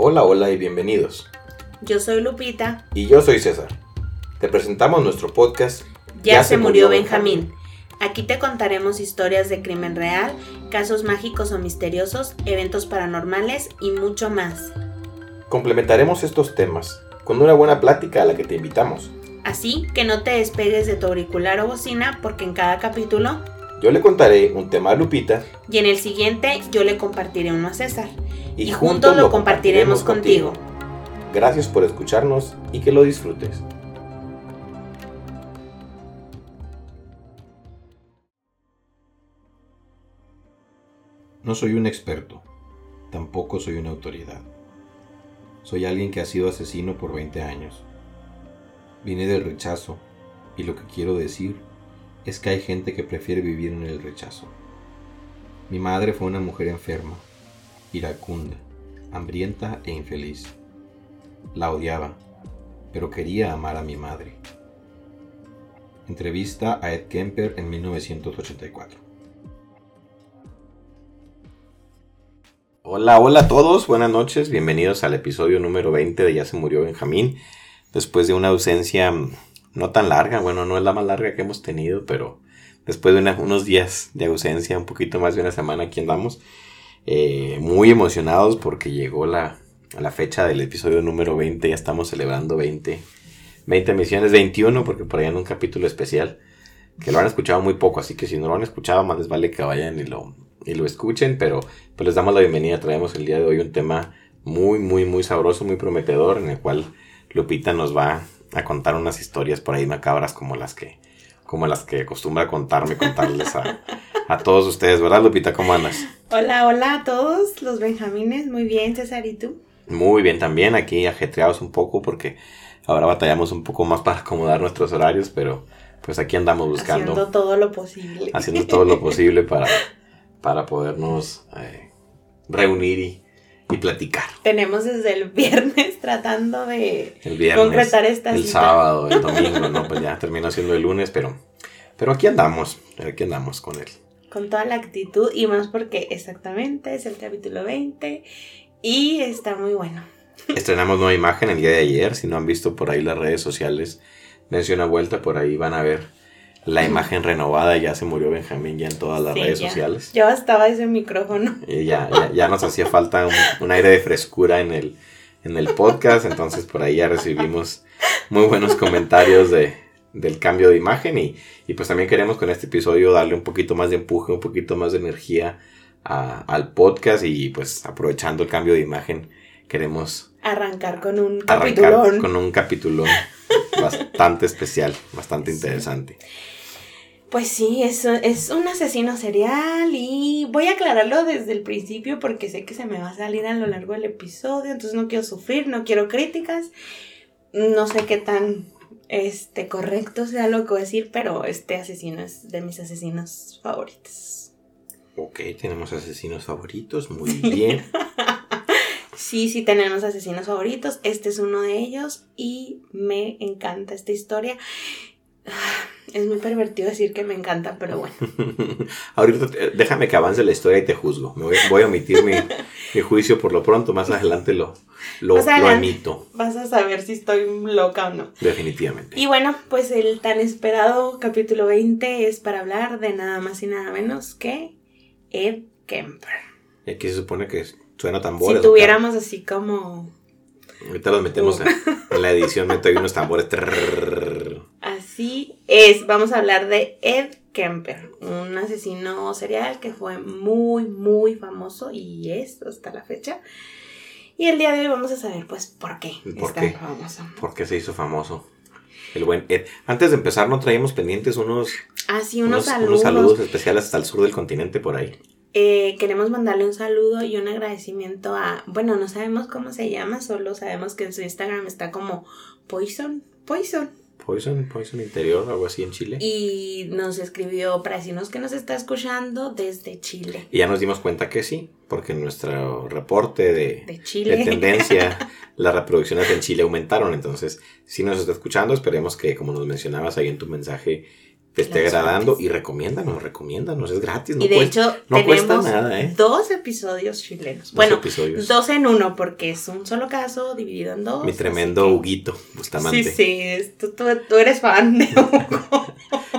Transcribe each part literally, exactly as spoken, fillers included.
Hola, hola y bienvenidos. Yo soy Lupita. Y yo soy César. Te presentamos nuestro podcast Ya, ya se, se murió Benjamín. Benjamín. Aquí te contaremos historias de crimen real, casos mágicos o misteriosos, eventos paranormales y mucho más. Complementaremos estos temas con una buena plática a la que te invitamos. Así que no te despegues de tu auricular o bocina porque en cada capítulo yo le contaré un tema a Lupita y en el siguiente yo le compartiré uno a César. Y, y juntos lo compartiremos, compartiremos contigo. contigo. Gracias por escucharnos y que lo disfrutes. No soy un experto, tampoco soy una autoridad. Soy alguien que ha sido asesino por veinte años. Vine del rechazo y lo que quiero decir es que hay gente que prefiere vivir en el rechazo. Mi madre fue una mujer enferma, iracunda, hambrienta e infeliz. La odiaba, pero quería amar a mi madre. Entrevista a Ed Kemper en mil novecientos ochenta y cuatro. Hola, hola a todos, buenas noches, bienvenidos al episodio número veinte de Ya se murió Benjamín. Después de una ausencia no tan larga, bueno, no es la más larga que hemos tenido, pero después de una, unos días de ausencia, un poquito más de una semana, aquí andamos. Eh, muy emocionados porque llegó la, la fecha del episodio número veinte, ya estamos celebrando veinte, veinte emisiones, veintiuno, porque por ahí en un capítulo especial, que lo han escuchado muy poco, así que si no lo han escuchado, más les vale que vayan y lo... y lo escuchen, pero pues les damos la bienvenida. Traemos el día de hoy un tema muy, muy, muy sabroso, muy prometedor, en el cual Lupita nos va a contar unas historias por ahí macabras como las que, como las que acostumbra contarme, contarles a, a todos ustedes, ¿verdad, Lupita? ¿Cómo andas? Hola, hola a todos los Benjamines, muy bien, César, ¿y tú? Muy bien también, aquí ajetreados un poco porque ahora batallamos un poco más para acomodar nuestros horarios, pero pues aquí andamos buscando. Haciendo todo lo posible. Haciendo todo lo posible para... para podernos eh, reunir y, y platicar. Tenemos desde el viernes tratando de el viernes, concretar esta el cita. El sábado, el domingo, no, pues ya terminó siendo el lunes, pero, pero aquí andamos, aquí andamos con él. Con toda la actitud y más porque exactamente es el capítulo veinte y está muy bueno. Estrenamos nueva imagen el día de ayer, si no han visto por ahí las redes sociales, dense una vuelta, por ahí van a ver la imagen renovada. Ya se murió Benjamín ya en todas las sí, redes ya, sociales. Ya bastaba ese micrófono. Y ya, ya, ya nos hacía falta un, un aire de frescura en el, en el podcast. Entonces por ahí ya recibimos muy buenos comentarios de, del cambio de imagen. Y, y pues también queremos con este episodio darle un poquito más de empuje, un poquito más de energía a, al podcast. Y pues aprovechando el cambio de imagen queremos arrancar con un capitulón. Arrancar con un capitulón bastante especial, bastante sí. interesante. Pues sí, es, es un asesino serial y voy a aclararlo desde el principio porque sé que se me va a salir a lo largo del episodio, entonces no quiero sufrir, no quiero críticas, no sé qué tan este, correcto sea lo que voy a decir, pero este asesino es de mis asesinos favoritos. Ok, tenemos asesinos favoritos, muy bien. Sí, sí tenemos asesinos favoritos, este es uno de ellos y me encanta esta historia. Es muy pervertido decir que me encanta, pero bueno. Ahorita déjame que avance la historia y te juzgo. Me voy, voy a omitir mi, mi juicio por lo pronto. Más adelante lo, lo, Más adelante lo emito. Vas a saber si estoy loca o no. Definitivamente. Y bueno, pues el tan esperado capítulo veinte es para hablar de nada más y nada menos que Ed Kemper. Y aquí se supone que suena tambores. Si tuviéramos así como... Ahorita los metemos uh. en, en la edición, meto ahí unos tambores. Así es, vamos a hablar de Ed Kemper, un asesino serial que fue muy, muy famoso y es hasta la fecha. Y el día de hoy vamos a saber, pues, por qué ¿Por es qué? tan famoso. ¿Por qué se hizo famoso el buen Ed? Antes de empezar, ¿no traíamos pendientes unos, ah, sí, unos, unos, saludos. unos saludos especiales hasta el sur del continente por ahí? Eh, queremos mandarle un saludo y un agradecimiento a, bueno, no sabemos cómo se llama, solo sabemos que en su Instagram está como Poison, Poison. Poison, Poison Interior, algo así en Chile. Y nos escribió para decirnos que nos está escuchando desde Chile. Y ya nos dimos cuenta que sí, porque en nuestro reporte de, de, Chile. de tendencia, las reproducciones en Chile aumentaron. Entonces, si nos está escuchando, esperemos que, como nos mencionabas ahí en tu mensaje, te esté Las agradando fuentes. y recomiéndanos, recomiéndanos, es gratis. No Y de cuesta, hecho, no cuesta tenemos nada, ¿eh? dos episodios chilenos. Dos Bueno, episodios. dos en uno, porque es un solo caso dividido en dos. Mi tremendo así que- Huguito, Bustamante. Sí, sí, es- tú, tú, tú eres fan de Hugo.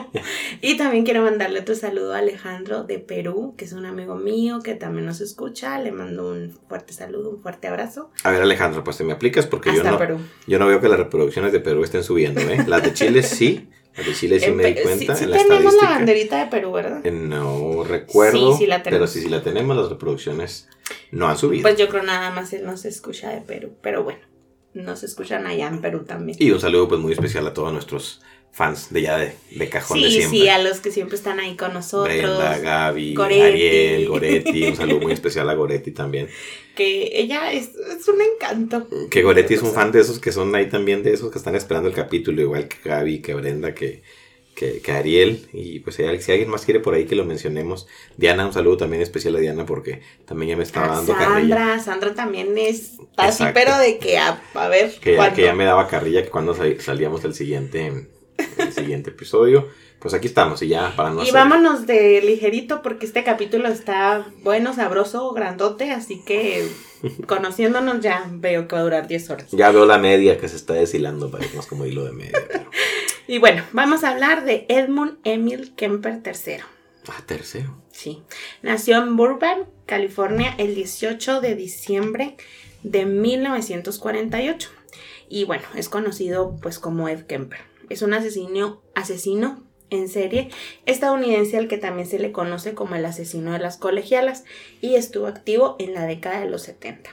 Y también quiero mandarle otro saludo a Alejandro de Perú, que es un amigo mío que también nos escucha. Le mando un fuerte saludo, un fuerte abrazo. A ver, Alejandro, pues te me aplicas porque yo Hasta no, Perú. yo no veo que las reproducciones de Perú estén subiendo, ¿eh? Las de Chile sí, las de Chile sí En me di Pe- cuenta sí, sí en la tenemos la estadística. banderita de Perú, ¿verdad? Eh, No recuerdo, Sí, sí la pero tenemos. sí, sí la tenemos, las reproducciones no han subido. Pues yo creo nada más él nos escucha de Perú, pero bueno, nos escuchan allá en Perú también. Y un saludo pues muy especial a todos nuestros fans de ya de, de cajón de Sí, siempre. sí, a los que siempre están ahí con nosotros. Brenda, Gaby, Goretti. Ariel, Goretti, un saludo muy especial a Goretti también. Que ella es, es un encanto. Que Goretti es un fan de esos que son ahí también, de esos que están esperando el capítulo, igual que Gaby, que Brenda, que, que, que Ariel. Y pues si alguien más quiere por ahí que lo mencionemos. Diana, un saludo también especial a Diana porque también ya me estaba A dando carrilla. Sandra, Sandra también es así, Exacto. pero de que a, a ver Que ya, cuándo. que ya me daba carrilla que cuando sal- salíamos del siguiente, el siguiente episodio. Pues aquí estamos y ya para no Y hacer- vámonos de ligerito porque este capítulo está bueno, sabroso, grandote, así que conociéndonos ya veo que va a durar diez horas. Ya veo la media que se está deshilando para irnos como hilo de media. Pero... Y bueno, vamos a hablar de Edmund Emil Kemper tercero. Ah, tercero. Sí, nació en Burbank, California, el dieciocho de diciembre de mil novecientos cuarenta y ocho. Y bueno, es conocido pues como Ed Kemper. Es un asesino, asesino en serie estadounidense al que también se le conoce como el asesino de las colegialas y estuvo activo en la década de los setenta.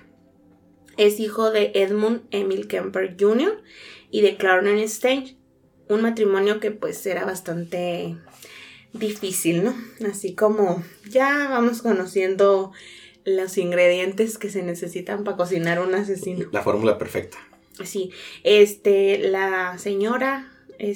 Es hijo de Edmund Emil Kemper junior y de Clarence Stein, un matrimonio que pues era bastante difícil, ¿no? Así como ya vamos conociendo los ingredientes que se necesitan para cocinar un asesino. La fórmula perfecta. Sí, este, la señora,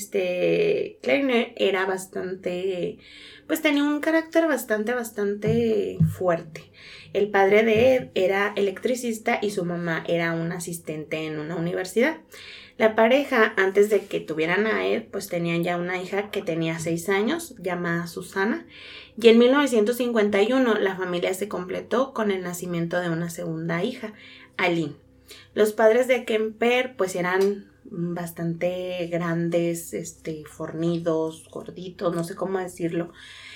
este, Kleiner era bastante, pues tenía un carácter bastante, bastante fuerte. El padre de Ed era electricista y su mamá era una asistente en una universidad. La pareja, antes de que tuvieran a Ed, pues tenían ya una hija que tenía seis años, llamada Susana, y en mil novecientos cincuenta y uno la familia se completó con el nacimiento de una segunda hija, Aline. Los padres de Kemper pues eran bastante grandes, este, fornidos, gorditos, no sé cómo decirlo.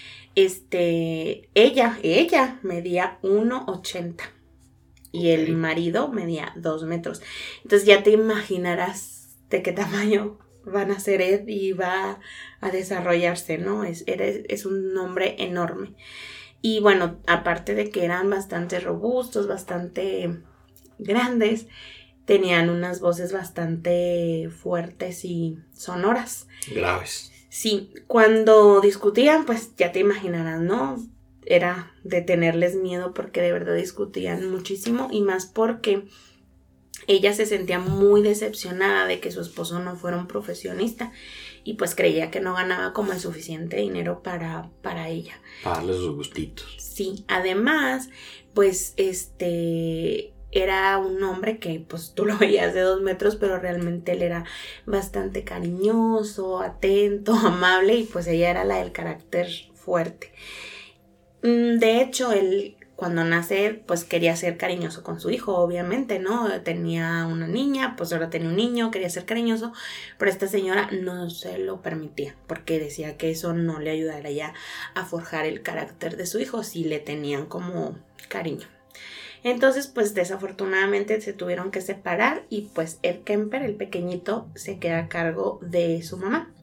Este, ella, ella medía uno ochenta y el Ok. marido medía dos metros. Entonces ya te imaginarás de qué tamaño van a ser Ed y va a desarrollarse, ¿no? Es, eres- es un hombre enorme. Y bueno, aparte de que eran bastante robustos, bastante grandes, tenían unas voces bastante fuertes y sonoras. Graves. Sí, cuando discutían, pues ya te imaginarás, ¿no? Era de tenerles miedo porque de verdad discutían muchísimo y más porque ella se sentía muy decepcionada de que su esposo no fuera un profesionista y pues creía que no ganaba como el suficiente dinero para, para ella. Para darle sus gustitos. Sí, además, pues este era un hombre que pues tú lo veías de dos metros, pero realmente él era bastante cariñoso, atento, amable y pues ella era la del carácter fuerte. Mm, De hecho, él cuando nace pues quería ser cariñoso con su hijo, obviamente, ¿no? Tenía una niña, pues ahora tenía un niño, quería ser cariñoso, pero esta señora no se lo permitía porque decía que eso no le ayudaría a forjar el carácter de su hijo si le tenían como cariño. Entonces, pues desafortunadamente se tuvieron que separar y pues Ed Kemper, el pequeñito, se queda a cargo de su mamá.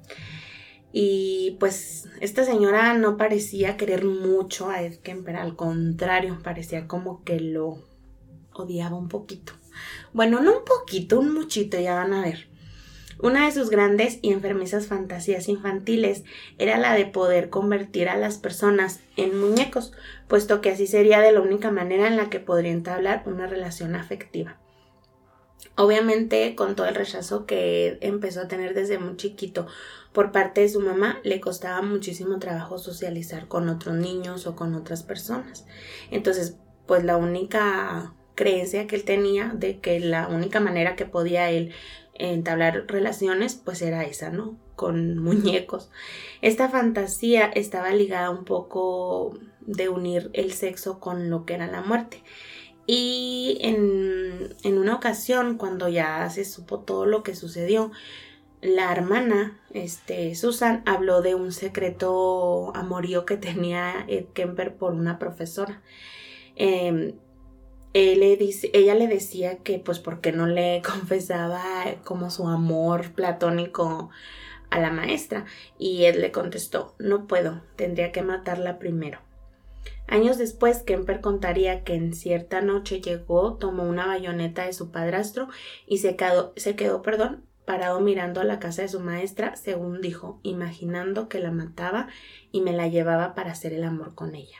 Y pues esta señora no parecía querer mucho a Ed Kemper, al contrario, parecía como que lo odiaba un poquito. Bueno, no un poquito, un muchito, ya van a ver. Una de sus grandes y enfermizas fantasías infantiles era la de poder convertir a las personas en muñecos, puesto que así sería de la única manera en la que podría entablar una relación afectiva. Obviamente, con todo el rechazo que empezó a tener desde muy chiquito por parte de su mamá, le costaba muchísimo trabajo socializar con otros niños o con otras personas. Entonces, pues la única creencia que él tenía de que la única manera que podía él entablar relaciones, pues era esa, ¿no? con muñecos. Esta fantasía estaba ligada un poco de unir el sexo con lo que era la muerte. Y en, en una ocasión, cuando ya se supo todo lo que sucedió, la hermana, este, Susan, habló de un secreto amorío que tenía Ed Kemper por una profesora. Eh, él le dice, ella le decía que pues porque no le confesaba como su amor platónico a la maestra, y Ed le contestó: no puedo, tendría que matarla primero. Años después, Kemper contaría que en cierta noche llegó, tomó una bayoneta de su padrastro y se quedó, se quedó, perdón, parado mirando a la casa de su maestra, según dijo, imaginando que la mataba y me la llevaba para hacer el amor con ella.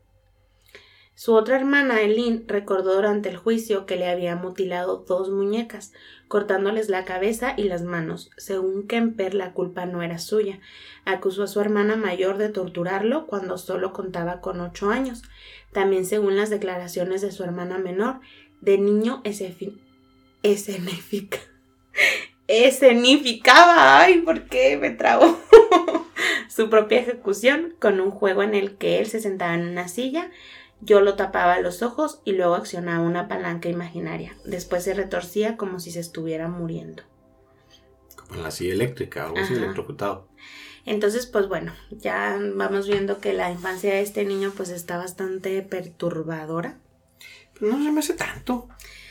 Su otra hermana, Eileen, recordó durante el juicio que le había mutilado dos muñecas, cortándoles la cabeza y las manos. Según Kemper, la culpa no era suya. Acusó a su hermana mayor de torturarlo cuando solo contaba con ocho años. También, según las declaraciones de su hermana menor, de niño escenifica, escenificaba, ay, ¿por qué me trabo? Su propia ejecución con un juego en el que él se sentaba en una silla. Yo lo tapaba los ojos y luego accionaba una palanca imaginaria. Después se retorcía como si se estuviera muriendo. Como en la silla eléctrica, algo así, electrocutado. Entonces, pues bueno, ya vamos viendo que la infancia de este niño pues está bastante perturbadora. Pero no se me hace tanto.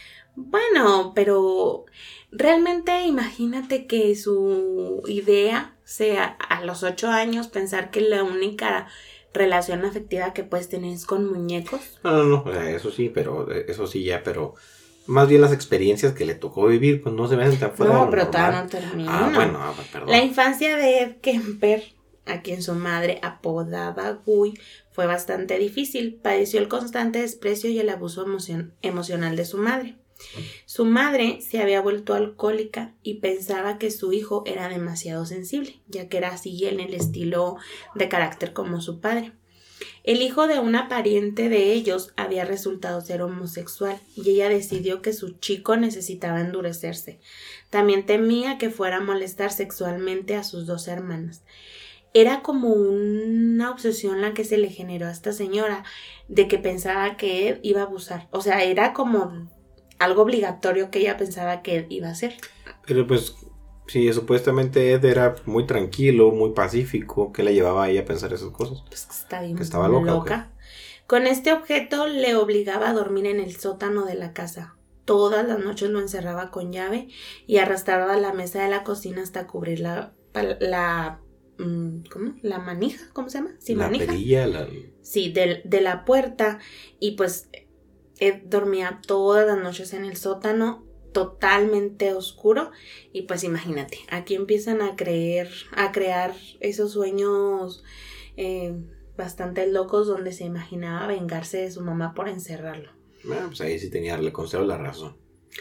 Bueno, pero realmente imagínate que su idea sea a los ocho años pensar que la única relación afectiva que puedes tener es con muñecos. No, no, no, eso sí, pero eso sí ya, pero más bien las experiencias que le tocó vivir, pues no se ven tan fuera. No, pero todavía no termino. Ah, bueno, ah, perdón. La infancia de Ed Kemper, a quien su madre apodaba Guy, fue bastante difícil. Padeció el constante desprecio y el abuso emocion- emocional de su madre. Su madre se había vuelto alcohólica y pensaba que su hijo era demasiado sensible, ya que era así en el estilo de carácter como su padre. El hijo de una pariente de ellos había resultado ser homosexual y ella decidió que su chico necesitaba endurecerse. También temía que fuera a molestar sexualmente a sus dos hermanas. Era como una obsesión la que se le generó a esta señora, de que pensaba que Ed iba a abusar. O sea, era como algo obligatorio que ella pensaba que Ed iba a hacer. Pero pues, sí, supuestamente Ed era muy tranquilo, muy pacífico. ¿Qué le llevaba a ella a pensar esas cosas? Pues que está bien que estaba loca. loca. Con este objeto le obligaba a dormir en el sótano de la casa. Todas las noches lo encerraba con llave y arrastraba la mesa de la cocina hasta cubrir la, la ¿cómo? La manija, ¿cómo se llama? Sí, la manija. perilla, la... Sí, de, de la puerta. Y pues Ed dormía todas las noches en el sótano, totalmente oscuro. Y pues imagínate, aquí empiezan a creer, a crear esos sueños eh, bastante locos, donde se imaginaba vengarse de su mamá por encerrarlo. Bueno, pues ahí sí tenía, le concedo la razón.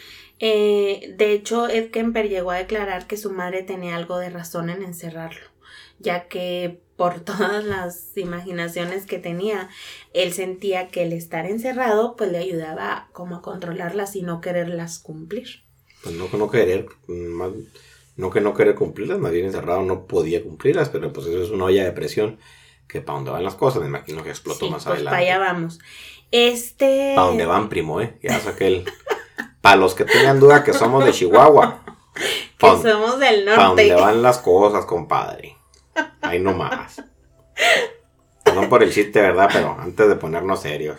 Eh, de hecho, Ed Kemper llegó a declarar que su madre tenía algo de razón en encerrarlo, ya que por todas las imaginaciones que tenía, él sentía que el estar encerrado pues le ayudaba como a controlarlas y no quererlas cumplir. Pues no que no querer, más, no que no querer cumplirlas, más bien encerrado no podía cumplirlas, pero pues eso es una olla de presión que para dónde van las cosas, me imagino que explotó sí, más pues adelante. Para allá vamos. Este... Para dónde van, primo, eh, ya saqué el... Para los que tengan duda que somos de Chihuahua. Que pa somos del norte. Para dónde van las cosas, compadre. Ahí nomás. Perdón por el chiste, ¿verdad? Pero antes de ponernos serios.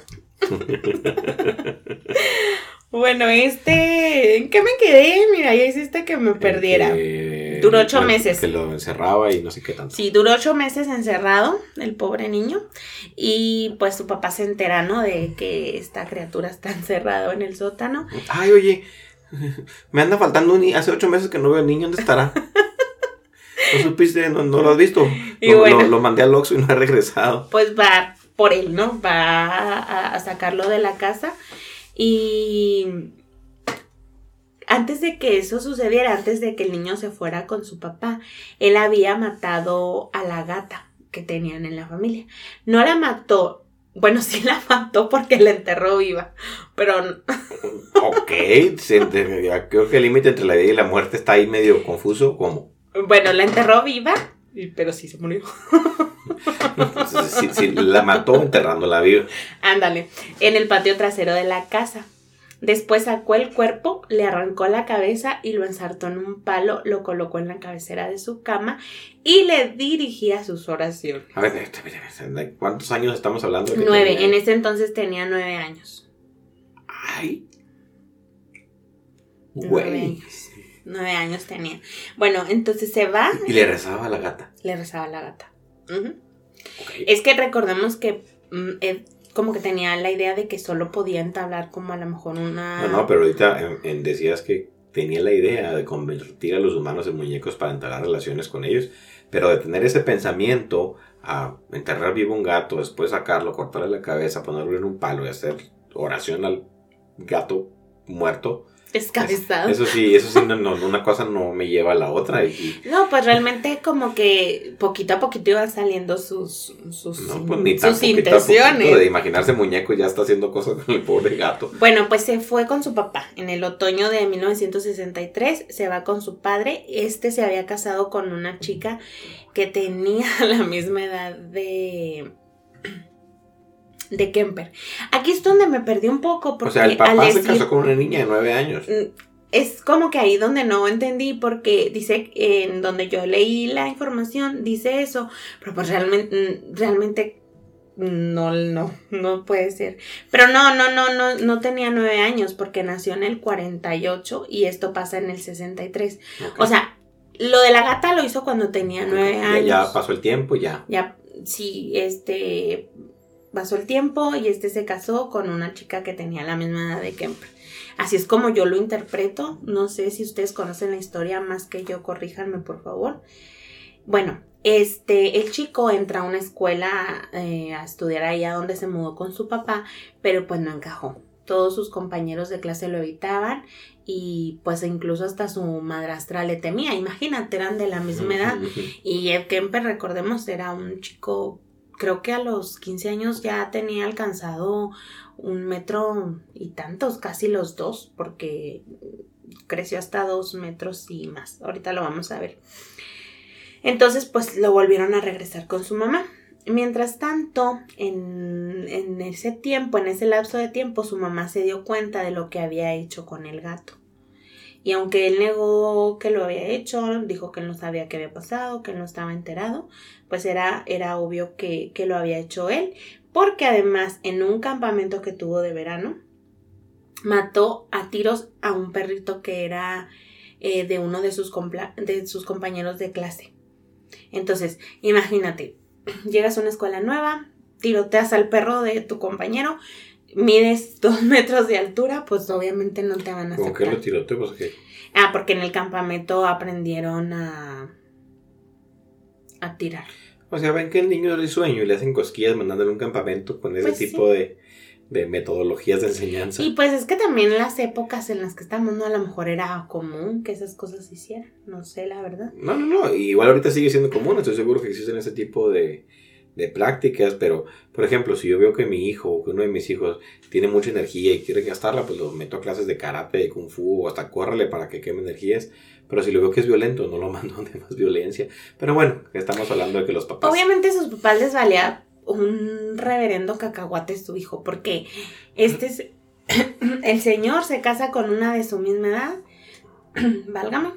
Bueno, este... ¿En qué me quedé? Mira, ya hiciste que me perdiera. Que... Duró ocho bueno, meses. Que lo encerraba y no sé qué tanto. Sí, duró ocho meses encerrado, el pobre niño. Y pues su papá se entera, ¿no? De que esta criatura está encerrado en el sótano. Ay, oye, me anda faltando un niño. Hace ocho meses que no veo al niño. ¿Dónde estará? ¿No supiste? ¿No, no lo has visto? Y lo, bueno, lo, lo mandé al Oxxo y no ha regresado. Pues va por él, ¿no? Va a, a sacarlo de la casa. Y antes de que eso sucediera, antes de que el niño se fuera con su papá, él había matado a la gata que tenían en la familia. No la mató, bueno, sí la mató porque la enterró viva, pero... Ok, creo que el límite entre la vida y la muerte está ahí medio confuso, ¿cómo? Bueno, la enterró viva, pero sí se murió. Entonces, sí, sí, la mató enterrándola viva. Ándale, en el patio trasero de la casa. Después sacó el cuerpo, le arrancó la cabeza y lo ensartó en un palo, lo colocó en la cabecera de su cama y le dirigía sus oraciones. A ver, ¿de cuántos años estamos hablando? De que Nueve, tenía? en ese entonces tenía nueve años. Ay. Nueve Güey. años. Nueve años tenía. Bueno, entonces se va. Y le rezaba a la gata. Le rezaba a la gata. Uh-huh. Okay. Es que recordemos que mm, eh, como que tenía la idea de que solo podía entablar como a lo mejor una... No, no, pero ahorita en, en decías que tenía la idea de convertir a los humanos en muñecos para entablar relaciones con ellos, pero de tener ese pensamiento a enterrar vivo un gato, después sacarlo, cortarle la cabeza, ponerlo en un palo y hacer oración al gato muerto. Descabezado. Eso sí, eso sí, no, no, una cosa no me lleva a la otra. Y, no, pues realmente como que poquito a poquito iban saliendo sus, sus, no, pues ni tan sus poquito intenciones. A poquito de imaginarse muñeco y ya está haciendo cosas con el pobre gato. Bueno, pues se fue con su papá. En el otoño de mil novecientos sesenta y tres se va con su padre. Este se había casado con una chica que tenía la misma edad de... de Kemper. Aquí es donde me perdí un poco porque o sea, el papá al se decir, casó con una niña de nueve años. Es como que ahí donde no entendí porque dice, en donde yo leí la información, dice eso, pero pues realmente, realmente no, no, no puede ser. Pero no, no, no, no, no tenía nueve años porque nació en el cuarenta y ocho y esto pasa en el sesenta y tres. Okay. O sea, lo de la gata lo hizo cuando tenía nueve okay. años. Ya, ya pasó el tiempo, ya. Ya, sí, este... pasó el tiempo y este se casó con una chica que tenía la misma edad de Kemper. Así es como yo lo interpreto. No sé si ustedes conocen la historia más que yo, corríjanme por favor. Bueno, este, el chico entra a una escuela eh, a estudiar allá donde se mudó con su papá, pero pues no encajó. Todos sus compañeros de clase lo evitaban y pues incluso hasta su madrastra le temía. Imagínate, eran de la misma edad. Y Ed Kemper, recordemos, era un chico... Creo que a los quince años ya tenía alcanzado un metro y tantos, casi los dos, porque creció hasta dos metros y más. Ahorita lo vamos a ver. Entonces, pues lo volvieron a regresar con su mamá. Mientras tanto, en, en ese tiempo, en ese lapso de tiempo, su mamá se dio cuenta de lo que había hecho con el gato. Y aunque él negó que lo había hecho, dijo que él no sabía qué había pasado, que él no estaba enterado, pues era, era obvio que, que lo había hecho él. Porque además, en un campamento que tuvo de verano, mató a tiros a un perrito que era eh, de uno de sus, compla- de sus compañeros de clase. Entonces, imagínate, llegas a una escuela nueva, tiroteas al perro de tu compañero, mides dos metros de altura, pues obviamente no te van a aceptar. ¿Cómo que lo tiroteó? Pues, ¿qué? Ah, porque en el campamento aprendieron a, a tirar. O sea, ven que el niño es sueño y le hacen cosquillas mandándole un campamento con ese pues tipo sí. de, de metodologías de enseñanza. Y pues es que también en las épocas en las que estamos, no, a lo mejor era común que esas cosas se hicieran. No sé, la verdad. No, no, no. Igual ahorita sigue siendo común. Estoy seguro que existen ese tipo de... de prácticas, pero por ejemplo, si yo veo que mi hijo o que uno de mis hijos tiene mucha energía y quiere gastarla, pues lo meto a clases de karate, de kung fu o hasta córrele para que queme energías. Pero si lo veo que es violento, no lo mando de más violencia. Pero bueno, estamos hablando de que los papás... Obviamente a sus papás les valía un reverendo cacahuate su hijo, porque este es... el señor se casa con una de su misma edad, válgame.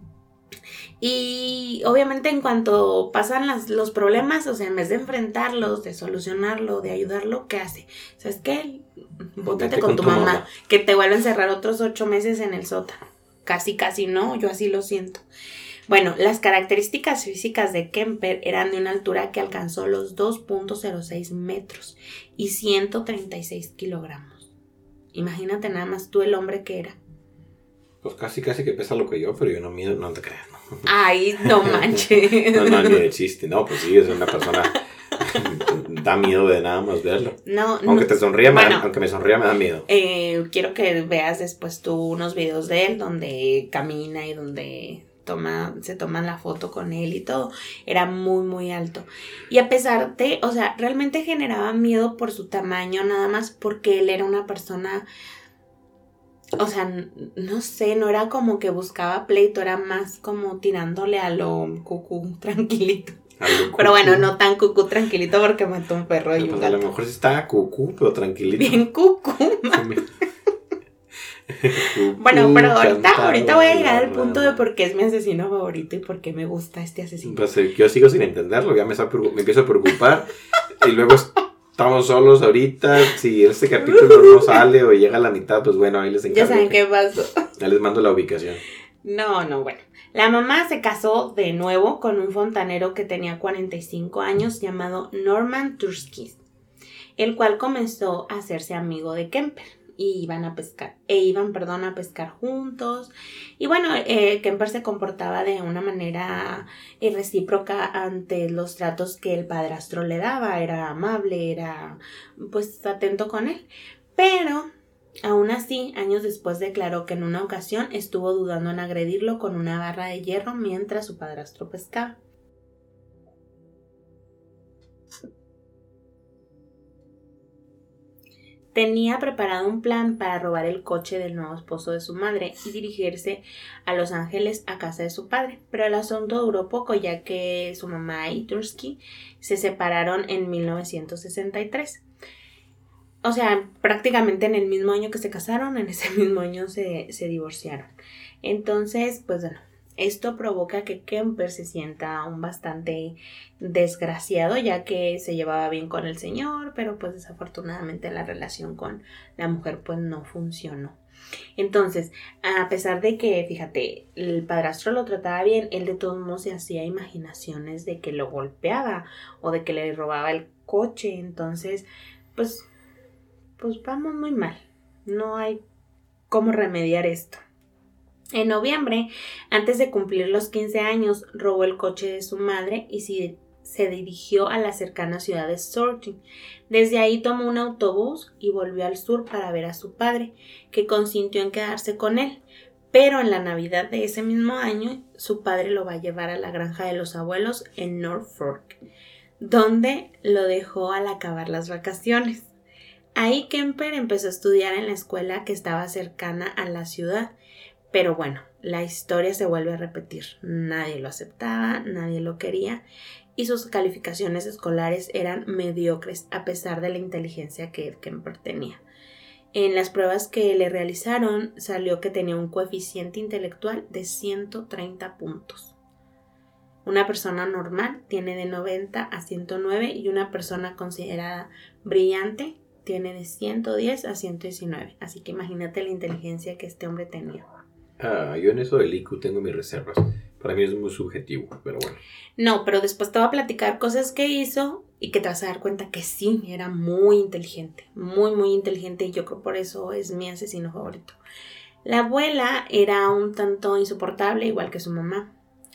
Y obviamente en cuanto pasan las, los problemas, o sea, en vez de enfrentarlos, de solucionarlo, de ayudarlo, ¿qué hace? ¿Sabes qué? Bótate con, con tu, tu mamá, mamá, que te vuelve a encerrar otros ocho meses en el sótano. Casi, casi no, yo así lo siento. Bueno, las características físicas de Kemper eran de una altura que alcanzó los dos punto cero seis metros y ciento treinta y seis kilogramos. Imagínate nada más tú el hombre que era. Pues casi, casi que pesa lo que yo, pero yo no mido, no te creas, ¿no? Ay, no manches. no, no, ni de chiste, no, pues sí, es una persona... da miedo de nada más verlo. No, aunque no. te sonría, bueno, me da, aunque me sonría me da miedo. Eh, quiero que veas después tú unos videos de él donde camina y donde toma, se toman la foto con él y todo. Era muy, muy alto. Y a pesar de, o sea, realmente generaba miedo por su tamaño, nada más porque él era una persona o sea, no sé, no era como que buscaba pleito, era más como tirándole a lo cucú tranquilito. Pero bueno, no tan cucú tranquilito porque mató un perro y un pues gato. A lo mejor sí estaba cucú, pero tranquilito. Bien cucú. Bueno, pero ahorita, ahorita voy a llegar al punto de por qué es mi asesino favorito y por qué me gusta este asesino. Pues yo sigo sin entenderlo, ya me, está, me empiezo a preocupar y luego estamos solos ahorita. Si este capítulo no sale o llega a la mitad, pues bueno, ahí les encargo. Ya saben qué pasó. Ya les mando la ubicación. No, no, bueno. La mamá se casó de nuevo con un fontanero que tenía cuarenta y cinco años llamado Norman Turskis, el cual comenzó a hacerse amigo de Kemper y iban a pescar, e iban, perdón, a pescar juntos. Y bueno, eh, Kemper se comportaba de una manera recíproca ante los tratos que el padrastro le daba, era amable, era pues atento con él, pero aún así, años después declaró que en una ocasión estuvo dudando en agredirlo con una barra de hierro mientras su padrastro pescaba. Tenía preparado un plan para robar el coche del nuevo esposo de su madre y dirigirse a Los Ángeles a casa de su padre, pero el asunto duró poco ya que su mamá y Tursky se separaron en mil novecientos sesenta y tres. O sea, prácticamente en el mismo año que se casaron, en ese mismo año se, se divorciaron. Entonces, pues bueno, esto provoca que Kemper se sienta aún bastante desgraciado, ya que se llevaba bien con el señor, pero pues desafortunadamente la relación con la mujer pues no funcionó. Entonces, a pesar de que, fíjate, el padrastro lo trataba bien, él de todos modos se hacía imaginaciones de que lo golpeaba o de que le robaba el coche. Entonces, pues... pues vamos muy mal, no hay cómo remediar esto. En noviembre, antes de cumplir los quince años, robó el coche de su madre y se, se dirigió a la cercana ciudad de Sorting. Desde ahí tomó un autobús y volvió al sur para ver a su padre, que consintió en quedarse con él. Pero en la Navidad de ese mismo año, su padre lo va a llevar a la granja de los abuelos en North Fork, donde lo dejó al acabar las vacaciones. Ahí Kemper empezó a estudiar en la escuela que estaba cercana a la ciudad, pero bueno, la historia se vuelve a repetir. Nadie lo aceptaba, nadie lo quería y sus calificaciones escolares eran mediocres a pesar de la inteligencia que Kemper tenía. En las pruebas que le realizaron salió que tenía un coeficiente intelectual de ciento treinta puntos. Una persona normal tiene de noventa a ciento nueve y una persona considerada brillante tiene de ciento diez a ciento diecinueve. Así que imagínate la inteligencia que este hombre tenía. Ah, yo en eso del I Q tengo mis reservas. Para mí es muy subjetivo, pero bueno. No, pero después te voy a platicar cosas que hizo y que te vas a dar cuenta que sí, era muy inteligente. Muy, muy inteligente y yo creo por eso es mi asesino favorito. La abuela era un tanto insoportable, igual que su mamá.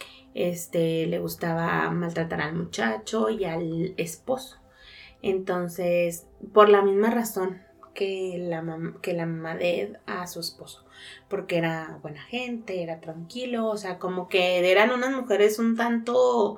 Este, le gustaba maltratar al muchacho y al esposo. Entonces, por la misma razón que la, mam- que la mamá de Ed a su esposo, porque era buena gente, era tranquilo, o sea, como que eran unas mujeres un tanto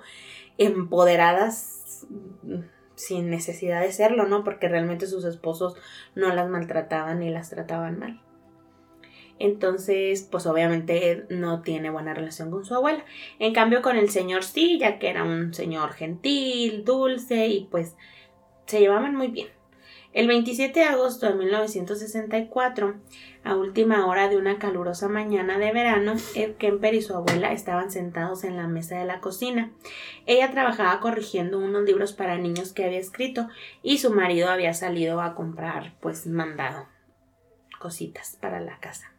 empoderadas sin necesidad de serlo, ¿no? Porque realmente sus esposos no las maltrataban ni las trataban mal. Entonces, pues obviamente Ed no tiene buena relación con su abuela. En cambio, con el señor sí, ya que era un señor gentil, dulce y pues se llevaban muy bien. El veintisiete de agosto de mil novecientos sesenta y cuatro, a última hora de una calurosa mañana de verano, Ed Kemper y su abuela estaban sentados en la mesa de la cocina. Ella trabajaba corrigiendo unos libros para niños que había escrito y su marido había salido a comprar, pues mandado, cositas para la casa.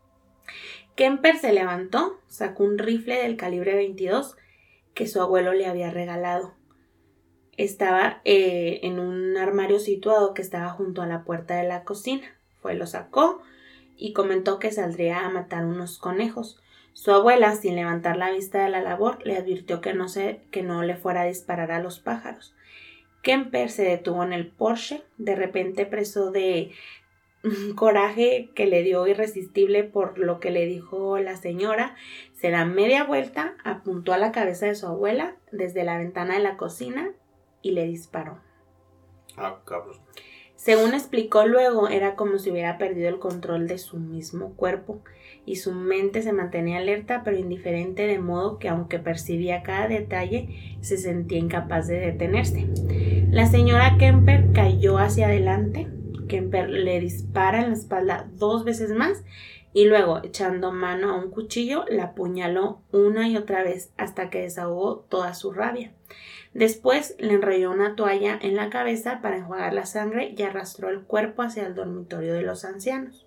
Kemper se levantó, sacó un rifle del calibre veintidós que su abuelo le había regalado. Estaba eh, en un armario situado que estaba junto a la puerta de la cocina. Fue, lo sacó y comentó que saldría a matar unos conejos. Su abuela, sin levantar la vista de la labor, le advirtió que no, se, que no le fuera a disparar a los pájaros. Kemper se detuvo en el porche, de repente preso de un coraje que le dio irresistible por lo que le dijo la señora. Se da media vuelta, apuntó a la cabeza de su abuela desde la ventana de la cocina y le disparó. Ah, cabrón. Según explicó luego, era como si hubiera perdido el control de su mismo cuerpo y su mente se mantenía alerta pero indiferente, de modo que aunque percibía cada detalle, se sentía incapaz de detenerse. La señora Kemper cayó hacia adelante. Kemper le dispara en la espalda dos veces más y luego, echando mano a un cuchillo, la apuñaló una y otra vez hasta que desahogó toda su rabia. Después le enrolló una toalla en la cabeza para enjuagar la sangre y arrastró el cuerpo hacia el dormitorio de los ancianos.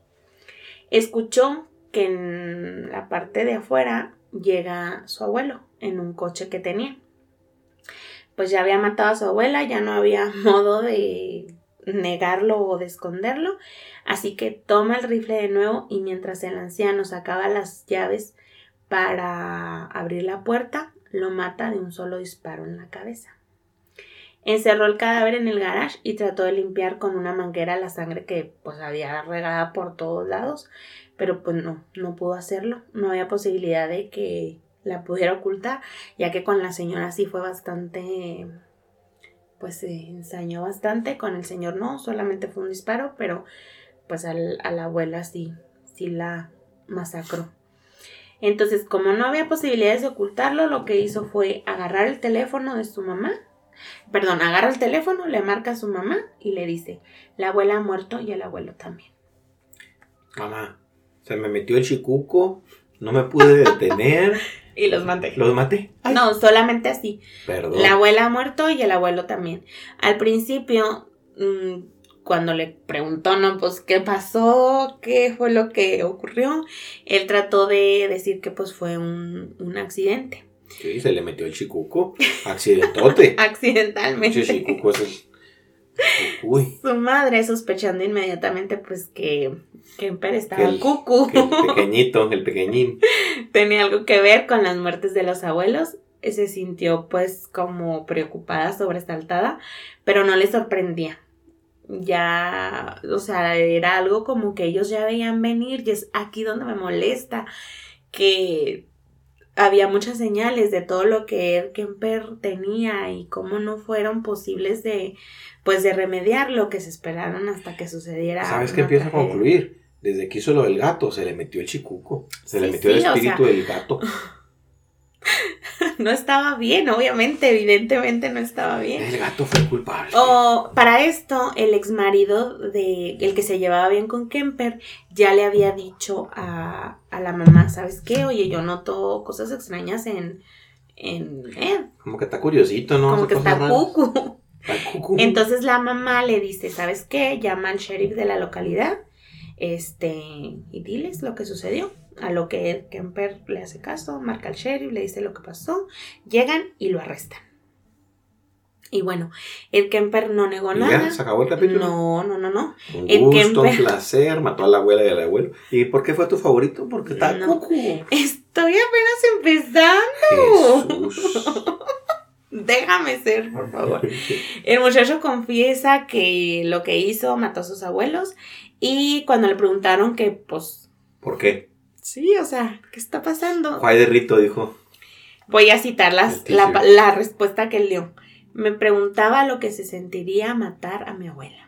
Escuchó que en la parte de afuera llega su abuelo en un coche que tenía. Pues ya había matado a su abuela, ya no había modo de negarlo o de esconderlo, así que toma el rifle de nuevo y mientras el anciano sacaba las llaves para abrir la puerta, lo mata de un solo disparo en la cabeza. Encerró el cadáver en el garage y trató de limpiar con una manguera la sangre que pues había regada por todos lados, pero pues no, no pudo hacerlo. No había posibilidad de que la pudiera ocultar, ya que con la señora sí fue bastante, pues se ensañó bastante. Con el señor no, solamente fue un disparo, pero pues al, a la abuela sí, sí la masacró. Entonces, como no había posibilidades de ocultarlo, lo que hizo fue agarrar el teléfono de su mamá. Perdón, agarra el teléfono, le marca a su mamá y le dice: la abuela ha muerto y el abuelo también. Mamá, se me metió el chicuco, no me pude detener. Y los maté. ¿Los maté? Ay. No, solamente así. Perdón. La abuela ha muerto y el abuelo también. Al principio, mmm, cuando le preguntó, no, pues, ¿qué pasó? ¿Qué fue lo que ocurrió? Él trató de decir que, pues, fue un, un accidente. Sí, se le metió el chicuco. Accidentote. Accidentalmente. Ese chicuco ese. Uy. Su madre, sospechando inmediatamente, pues, que Kemper estaba Que el, cucu. que el pequeñito, el pequeñín. Tenía algo que ver con las muertes de los abuelos. Se sintió, pues, como preocupada, sobresaltada, pero no le sorprendía. Ya, o sea, era algo como que ellos ya veían venir, y es aquí donde me molesta, que había muchas señales de todo lo que Ed Kemper tenía y cómo no fueron posibles de, pues, de remediar lo que se esperaron hasta que sucediera. ¿Sabes qué empieza tragedia? A concluir? Desde que hizo lo del gato, se le metió el chicuco, se sí, le metió sí, el espíritu, o sea, del gato. No estaba bien, obviamente, evidentemente no estaba bien. El gato fue culpable. O para esto, el ex marido de el que se llevaba bien con Kemper ya le había dicho a, a la mamá, ¿sabes qué? Oye, yo noto cosas extrañas en, en Ed. Como que está curiosito, ¿no? Como que está cucu. Está cucu. Entonces la mamá le dice, ¿sabes qué? Llama al sheriff de la localidad, este, y diles lo que sucedió. A lo que Ed Kemper le hace caso, marca al sheriff, le dice lo que pasó, llegan y lo arrestan. Y bueno, Ed Kemper no negó ¿Y nada. ya? ¿Se acabó el capítulo? No, no, no, no. Un Ed gusto, Kemper... un placer, mató a la abuela y al abuelo. ¿Y por qué fue tu favorito? Porque está no. cucu. Estoy apenas empezando. Jesús. Déjame ser, por favor. El muchacho confiesa que lo que hizo, mató a sus abuelos. Y cuando le preguntaron que, pues... ¿Por qué? Sí, o sea, ¿qué está pasando? Juay de Rito dijo. Voy a citar las, la, la respuesta que él dio. Me preguntaba lo que se sentiría matar a mi abuela.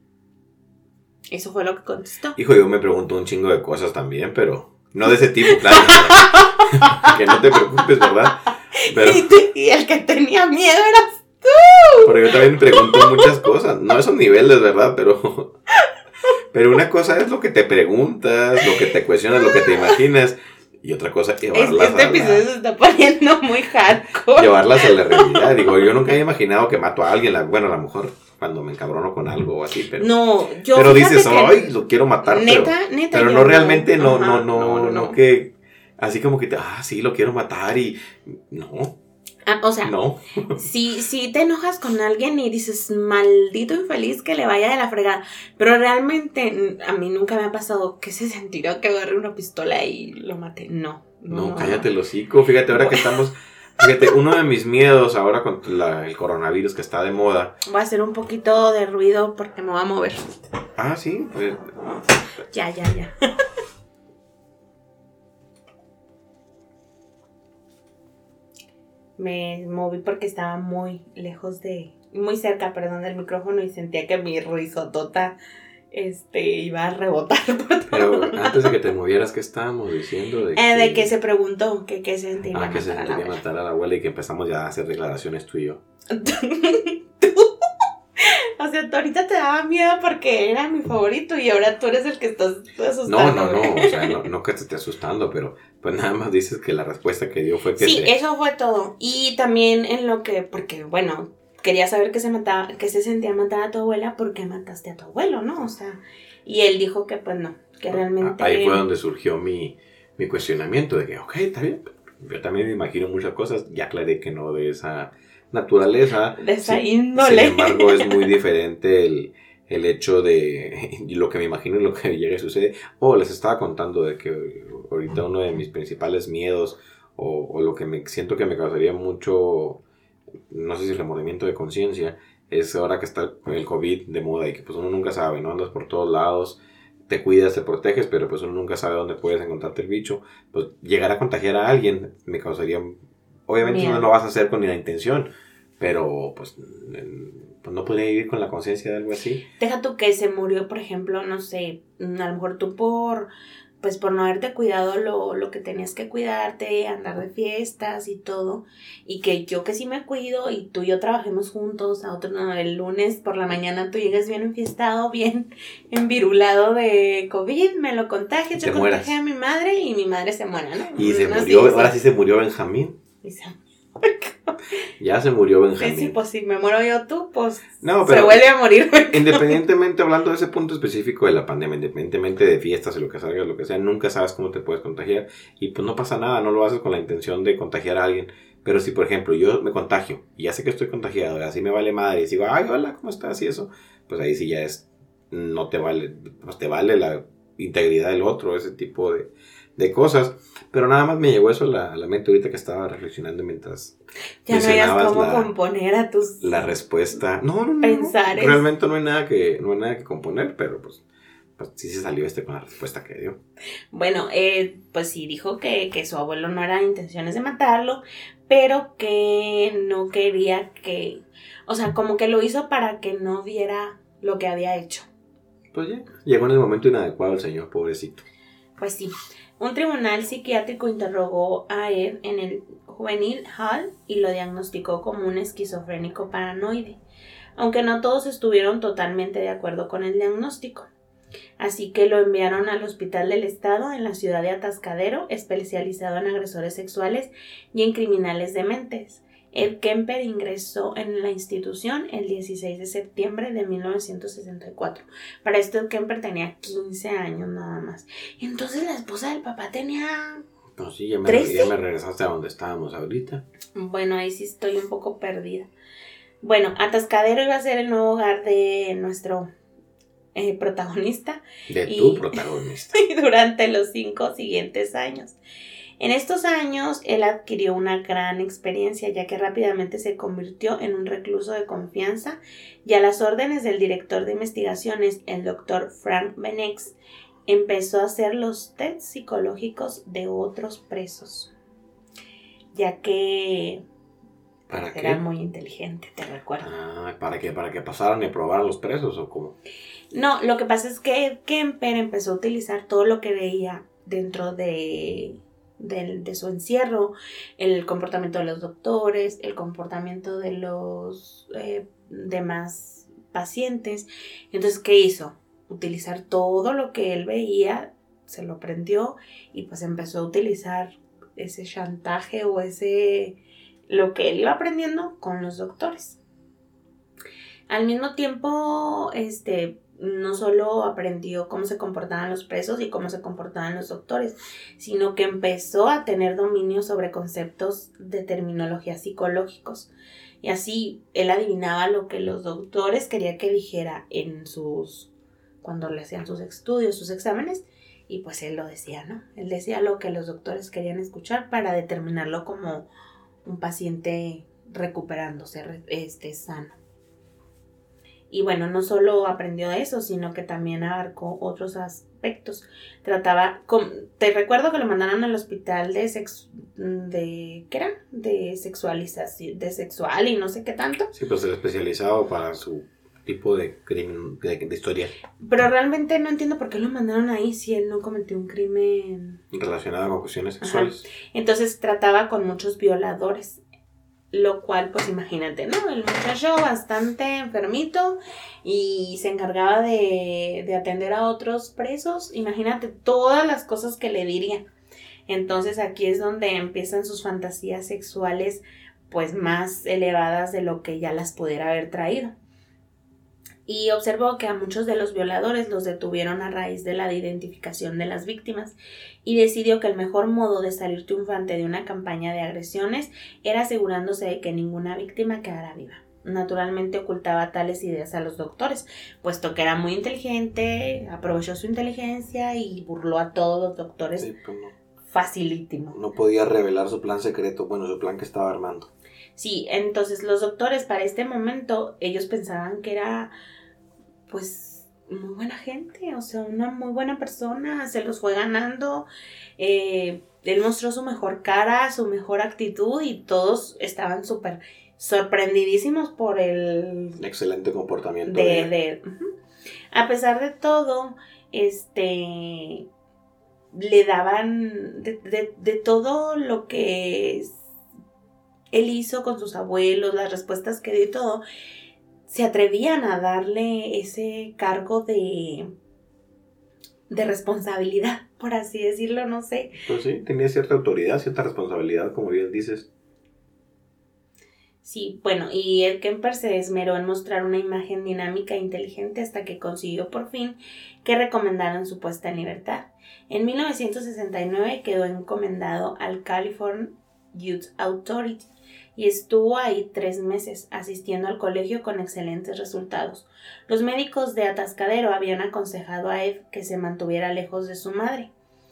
Eso fue lo que contestó. Hijo, yo me pregunto un chingo de cosas también, pero no de ese tipo, claro. Que no te preocupes, ¿verdad? Pero, y, te, y el que tenía miedo eras tú. Pero yo también me pregunto muchas cosas. No a esos niveles, ¿verdad? Pero... Pero una cosa es lo que te preguntas, lo que te cuestionas, lo que te imaginas. Y otra cosa es llevarlas este a episodio la... se está poniendo muy hardcore. Llevarlas a la realidad. Digo, yo nunca había imaginado que mato a alguien. Bueno, a lo mejor cuando me encabrono con algo o así. Pero, no, yo pero dices, ay, lo quiero matar. Neta, pero, neta. Pero no realmente, no, Ajá, no, no, no, no, no, que... Así como que, te, ah, sí, lo quiero matar y... No. Ah, o sea, no. si, si te enojas con alguien y dices, maldito infeliz que le vaya de la fregada, pero realmente a mí nunca me ha pasado que se sentirá que agarre una pistola y lo mate. No. No, no cállate el hocico. Fíjate, ahora que estamos... Fíjate, uno de mis miedos ahora con la, el coronavirus que está de moda. Voy a hacer un poquito de ruido porque me voy a mover. Ah, sí, pues... Ya, ya, ya. Me moví porque estaba muy lejos de, muy cerca, perdón, del micrófono y sentía que mi risotota este, iba a rebotar por todo. Pero antes de que te movieras, ¿qué estábamos diciendo? De, eh, que... de que se preguntó que qué sentiría ah, que se sentiría matar, matar a la abuela y que empezamos ya a hacer declaraciones tú y yo. O sea, tú ahorita te daba miedo porque era mi favorito y ahora tú eres el que estás asustando. No, no, no, o sea, no, no que te esté asustando, pero pues nada más dices que la respuesta que dio fue que sí, se... eso fue todo. Y también en lo que, porque bueno, quería saber que se mataba, que se sentía matar a tu abuela, ¿por qué mataste a tu abuelo, no? O sea, y él dijo que pues no, que realmente... Ahí fue donde surgió mi, mi cuestionamiento de que, ok, está bien, yo también me imagino muchas cosas, ya aclaré que no de esa naturaleza. De esa sin, índole. Sin embargo, es muy diferente el, el hecho de lo que me imagino y lo que llega a suceder. Oh, les estaba contando de que ahorita uno de mis principales miedos o, o lo que me siento que me causaría mucho, no sé si remordimiento de conciencia, es ahora que está el COVID de moda y que pues uno nunca sabe, ¿no? Andas por todos lados, te cuidas, te proteges, pero pues uno nunca sabe dónde puedes encontrarte el bicho. Pues llegar a contagiar a alguien me causaría... Obviamente Miedo. No lo vas a hacer con ni la intención, pero pues, pues no podría vivir con la conciencia de algo así. Deja tú que se murió, por ejemplo, no sé, a lo mejor tú por... pues por no haberte cuidado lo, lo que tenías que cuidarte, andar de fiestas y todo, y que yo que sí me cuido y tú y yo trabajemos juntos, a otro no, el lunes por la mañana tú llegas bien enfiestado, bien envirulado de COVID, me lo contagias, yo contagié a mi madre y mi madre se muera, ¿no? Y se no, murió, sí, ahora sí. sí se murió Benjamín. Y se Ya se murió Benjamín. Sí, sí, pues si me muero yo tú, pues no, pero se vuelve a morir. Independientemente, hablando de ese punto específico de la pandemia, independientemente de fiestas y lo que salga, lo que sea, nunca sabes cómo te puedes contagiar. Y pues no pasa nada, no lo haces con la intención de contagiar a alguien. Pero si, por ejemplo, yo me contagio y ya sé que estoy contagiado, y así me vale madre, y digo, ay, hola, ¿cómo estás? Y eso, pues ahí sí ya es, no te vale, pues te vale la integridad del otro, ese tipo de, de cosas. Pero nada más me llegó eso a la, a la mente ahorita que estaba reflexionando mientras ya no hayas cómo la, componer a tus la respuesta. No, no, no. Pensares. Realmente no hay nada que, no hay nada que componer, pero pues, pues sí se salió este con la respuesta que dio. Bueno, eh, pues sí dijo que, que su abuelo no era intenciones de matarlo, pero que no quería que, o sea, como que lo hizo para que no viera lo que había hecho. Pues ya, llegó en el momento inadecuado el señor, pobrecito. Pues sí. Un tribunal psiquiátrico interrogó a Ed en el Juvenile Hall y lo diagnosticó como un esquizofrénico paranoide, aunque no todos estuvieron totalmente de acuerdo con el diagnóstico. Así que lo enviaron al Hospital del Estado en la ciudad de Atascadero, especializado en agresores sexuales y en criminales dementes. Ed Kemper ingresó en la institución el dieciséis de septiembre de mil novecientos sesenta y cuatro. Para esto Ed Kemper tenía quince años nada más. Entonces la esposa del papá tenía... No, sí, ya me, ya me regresaste a donde estábamos ahorita. Bueno, ahí sí estoy un poco perdida. Bueno, Atascadero iba a ser el nuevo hogar de nuestro eh, protagonista. De y, tu protagonista. Y durante los cinco siguientes años. En estos años, él adquirió una gran experiencia, ya que rápidamente se convirtió en un recluso de confianza y a las órdenes del director de investigaciones, el doctor Frank Benex, empezó a hacer los tests psicológicos de otros presos, ya que ¿Para era qué? muy inteligente, te recuerdo. Ah, ¿para qué? ¿Para que pasaran y aprobaran los presos o cómo? No, lo que pasa es que Kemper empezó a utilizar todo lo que veía dentro de... De, de su encierro, el comportamiento de los doctores, el comportamiento de los eh, demás pacientes. Entonces, ¿qué hizo? Utilizar todo lo que él veía, se lo aprendió y pues empezó a utilizar ese chantaje o ese lo que él iba aprendiendo con los doctores. Al mismo tiempo, este no solo aprendió cómo se comportaban los presos y cómo se comportaban los doctores, sino que empezó a tener dominio sobre conceptos de terminología psicológicos. Y así él adivinaba lo que los doctores querían que dijera en sus, cuando le hacían sus estudios, sus exámenes, y pues él lo decía, ¿no? Él decía lo que los doctores querían escuchar para determinarlo como un paciente recuperándose, este, sano. Y bueno, no solo aprendió eso, sino que también abarcó otros aspectos. Trataba, con, te recuerdo que lo mandaron al hospital de sex, de, ¿qué era? De sexualización, de sexual y no sé qué tanto. Sí, pues era especializado para su tipo de crimen, de, de historia. Pero realmente no entiendo por qué lo mandaron ahí si él no cometió un crimen relacionado con cuestiones sexuales. Ajá. Entonces trataba con muchos violadores. Lo cual, pues imagínate, ¿no? El muchacho bastante enfermito y se encargaba de, de atender a otros presos. Imagínate todas las cosas que le diría. Entonces aquí es donde empiezan sus fantasías sexuales pues más elevadas de lo que ya las pudiera haber traído. Y observó que a muchos de los violadores los detuvieron a raíz de la identificación de las víctimas y decidió que el mejor modo de salir triunfante de una campaña de agresiones era asegurándose de que ninguna víctima quedara viva. Naturalmente ocultaba tales ideas a los doctores, puesto que era muy inteligente, aprovechó su inteligencia y burló a todos los doctores sí, pues no, facilísimo. No podía revelar su plan secreto, bueno, su plan que estaba armando. Sí, entonces los doctores para este momento, ellos pensaban que era pues muy buena gente, o sea, una muy buena persona, se los fue ganando, eh, él mostró su mejor cara, su mejor actitud y todos estaban súper sorprendidísimos por el excelente comportamiento de, de, de uh-huh. A pesar de todo, este le daban de, de, de todo lo que él hizo con sus abuelos, las respuestas que dio y todo, se atrevían a darle ese cargo de, de responsabilidad, por así decirlo, no sé. Pues sí, tenía cierta autoridad, cierta responsabilidad, como bien dices. Sí, bueno, y Ed Kemper se esmeró en mostrar una imagen dinámica e inteligente hasta que consiguió por fin que recomendaran su puesta en libertad. En mil novecientos sesenta y nueve quedó encomendado al California Youth Authority y estuvo ahí tres meses asistiendo al colegio con excelentes resultados. Los médicos de Atascadero habían aconsejado a Ed que se mantuviera lejos de su madre,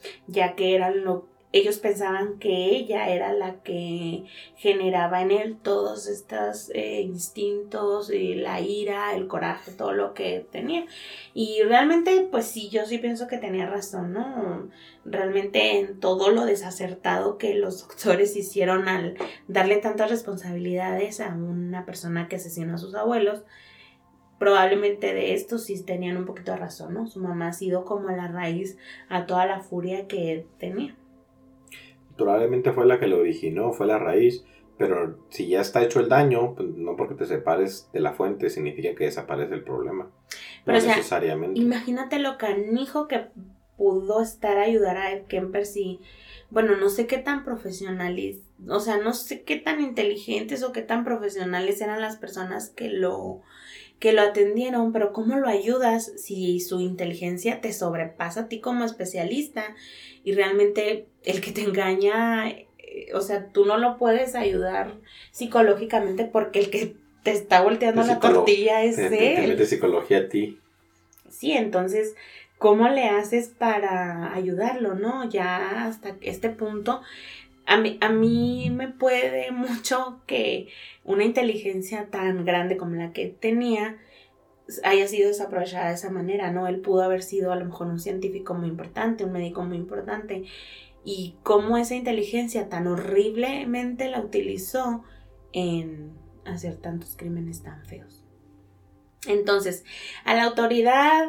ya que eran lo, ellos pensaban que ella era la que generaba en él todos estos eh, instintos, eh, la ira, el coraje, todo lo que tenía. Y realmente, pues sí, yo sí pienso que tenía razón, ¿no? Realmente en todo lo desacertado que los doctores hicieron al darle tantas responsabilidades a una persona que asesinó a sus abuelos, probablemente de esto sí tenían un poquito de razón, ¿no? Su mamá ha sido como la raíz a toda la furia que tenía. Probablemente fue la que lo originó, fue la raíz, pero si ya está hecho el daño, pues no porque te separes de la fuente significa que desaparece el problema. Pero, no o sea, necesariamente. Imagínate lo canijo que pudo estar a ayudar a Ed Kemper si, bueno, no sé qué tan profesionales, o sea, no sé qué tan inteligentes o qué tan profesionales eran las personas que lo, que lo atendieron, pero ¿cómo lo ayudas si su inteligencia te sobrepasa a ti como especialista? Y realmente el que te engaña, eh, o sea, tú no lo puedes ayudar psicológicamente porque el que te está volteando la tortilla es él. Te mete psicología a ti. Sí, entonces, ¿cómo le haces para ayudarlo, no? Ya hasta este punto, a mí, a mí me puede mucho que una inteligencia tan grande como la que tenía haya sido desaprovechada de esa manera, ¿no? Él pudo haber sido a lo mejor un científico muy importante, un médico muy importante, y cómo esa inteligencia tan horriblemente la utilizó en hacer tantos crímenes tan feos. Entonces, a la autoridad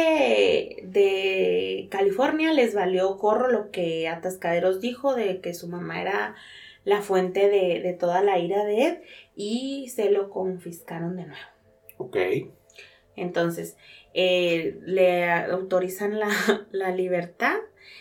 de, de California les valió gorro lo que Atascaderos dijo de que su mamá era la fuente de, de toda la ira de Ed y se lo confiscaron de nuevo. Ok. Entonces, eh, le autorizan la, la libertad,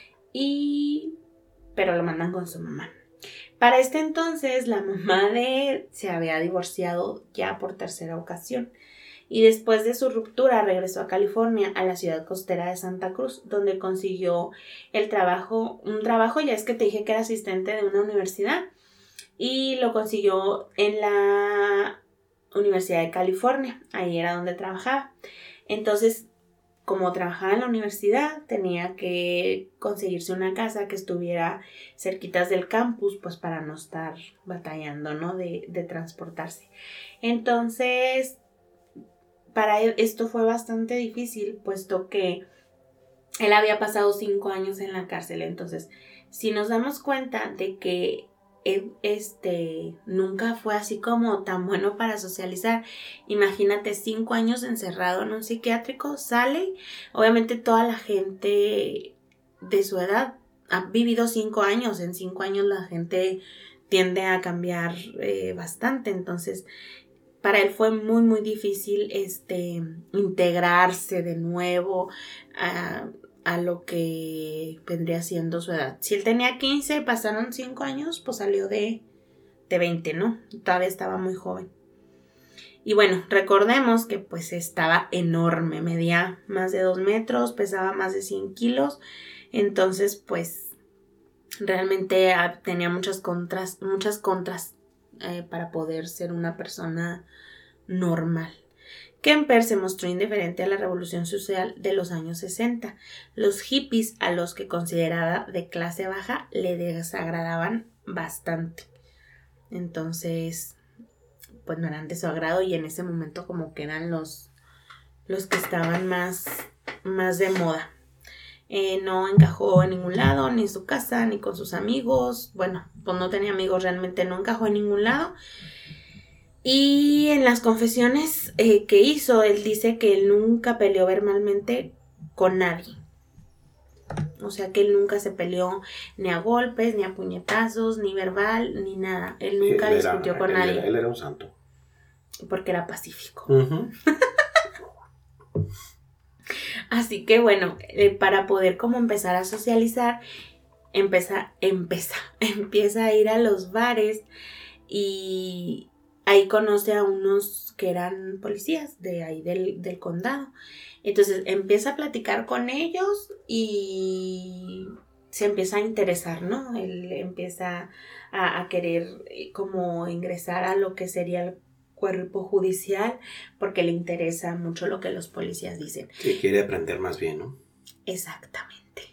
y pero lo mandan con su mamá. Para este entonces, la mamá de Ed se había divorciado ya por tercera ocasión. Y después de su ruptura regresó a California, a la ciudad costera de Santa Cruz, donde consiguió el trabajo, un trabajo, ya es que te dije que era asistente de una universidad, y lo consiguió en la Universidad de California, ahí era donde trabajaba. Entonces, como trabajaba en la universidad, tenía que conseguirse una casa que estuviera cerquitas del campus, pues para no estar batallando, ¿no? De, de transportarse. Entonces, para él esto fue bastante difícil, puesto que él había pasado cinco años en la cárcel. Entonces, si nos damos cuenta de que él, este, nunca fue así como tan bueno para socializar, imagínate cinco años encerrado en un psiquiátrico, sale, obviamente toda la gente de su edad ha vivido cinco años, en cinco años la gente tiende a cambiar eh, bastante, entonces para él fue muy muy difícil este integrarse de nuevo a, a lo que vendría siendo su edad. Si él tenía quince, pasaron cinco años, pues salió de, de veinte, ¿no? Todavía estaba muy joven. Y bueno, recordemos que pues estaba enorme, medía más de dos metros, pesaba más de cien kilos, entonces pues realmente tenía muchas contras, muchas contras eh, para poder ser una persona normal. Kemper se mostró indiferente a la revolución social de los años sesenta. Los hippies, a los que consideraba de clase baja, le desagradaban bastante. Entonces, pues no eran de su agrado y en ese momento como que eran los, los que estaban más, más de moda. Eh, no encajó en ningún lado, ni en su casa, ni con sus amigos. Bueno, pues no tenía amigos, realmente no encajó en ningún lado. Y en las confesiones eh, que hizo, él dice que él nunca peleó verbalmente con nadie. O sea que él nunca se peleó ni a golpes, ni a puñetazos, ni verbal, ni nada. Él nunca él discutió era, con él nadie. Era, él era un santo. Porque era pacífico. Uh-huh. Así que bueno, eh, para poder como empezar a socializar, empieza, empieza, empieza a ir a los bares y ahí conoce a unos que eran policías de ahí del, del condado. Entonces empieza a platicar con ellos y se empieza a interesar, ¿no? Él empieza a, a querer como ingresar a lo que sería el cuerpo judicial porque le interesa mucho lo que los policías dicen. Sí, quiere aprender más bien, ¿no? Exactamente.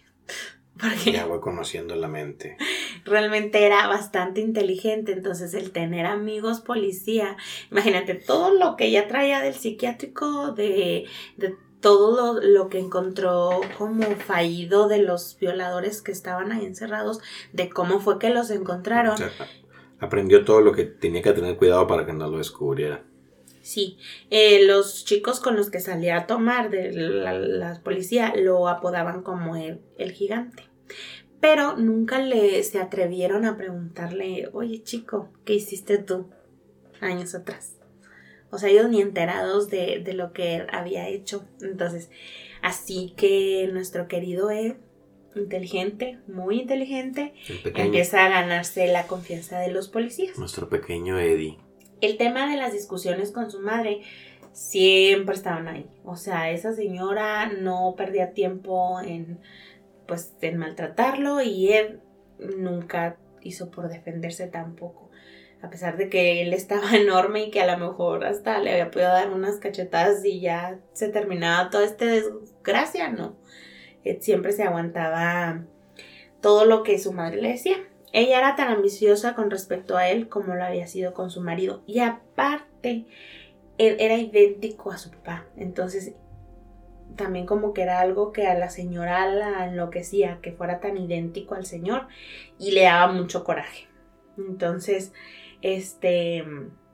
Porque ya voy conociendo la mente. Realmente era bastante inteligente, entonces el tener amigos policía, imagínate todo lo que ella traía del psiquiátrico, de, de todo lo, lo que encontró como fallido de los violadores que estaban ahí encerrados, de cómo fue que los encontraron. O sea, aprendió todo lo que tenía que tener cuidado para que no lo descubriera. Sí, eh, los chicos con los que salía a tomar de la, la policía lo apodaban como el, el gigante. Pero nunca le se atrevieron a preguntarle, oye chico, ¿qué hiciste tú años atrás? O sea, ellos ni enterados de, de lo que él había hecho. Entonces, así que nuestro querido Ed, inteligente, muy inteligente, empieza a ganarse la confianza de los policías. Nuestro pequeño Eddie. El tema de las discusiones con su madre siempre estaban ahí. O sea, esa señora no perdía tiempo en, pues, en maltratarlo y él nunca hizo por defenderse tampoco. A pesar de que él estaba enorme y que a lo mejor hasta le había podido dar unas cachetadas y ya se terminaba toda esta desgracia, ¿no? Él siempre se aguantaba todo lo que su madre le decía. Ella era tan ambiciosa con respecto a él como lo había sido con su marido. Y aparte, él era idéntico a su papá. Entonces, también como que era algo que a la señora la enloquecía, que fuera tan idéntico al señor. Y le daba mucho coraje. Entonces, este...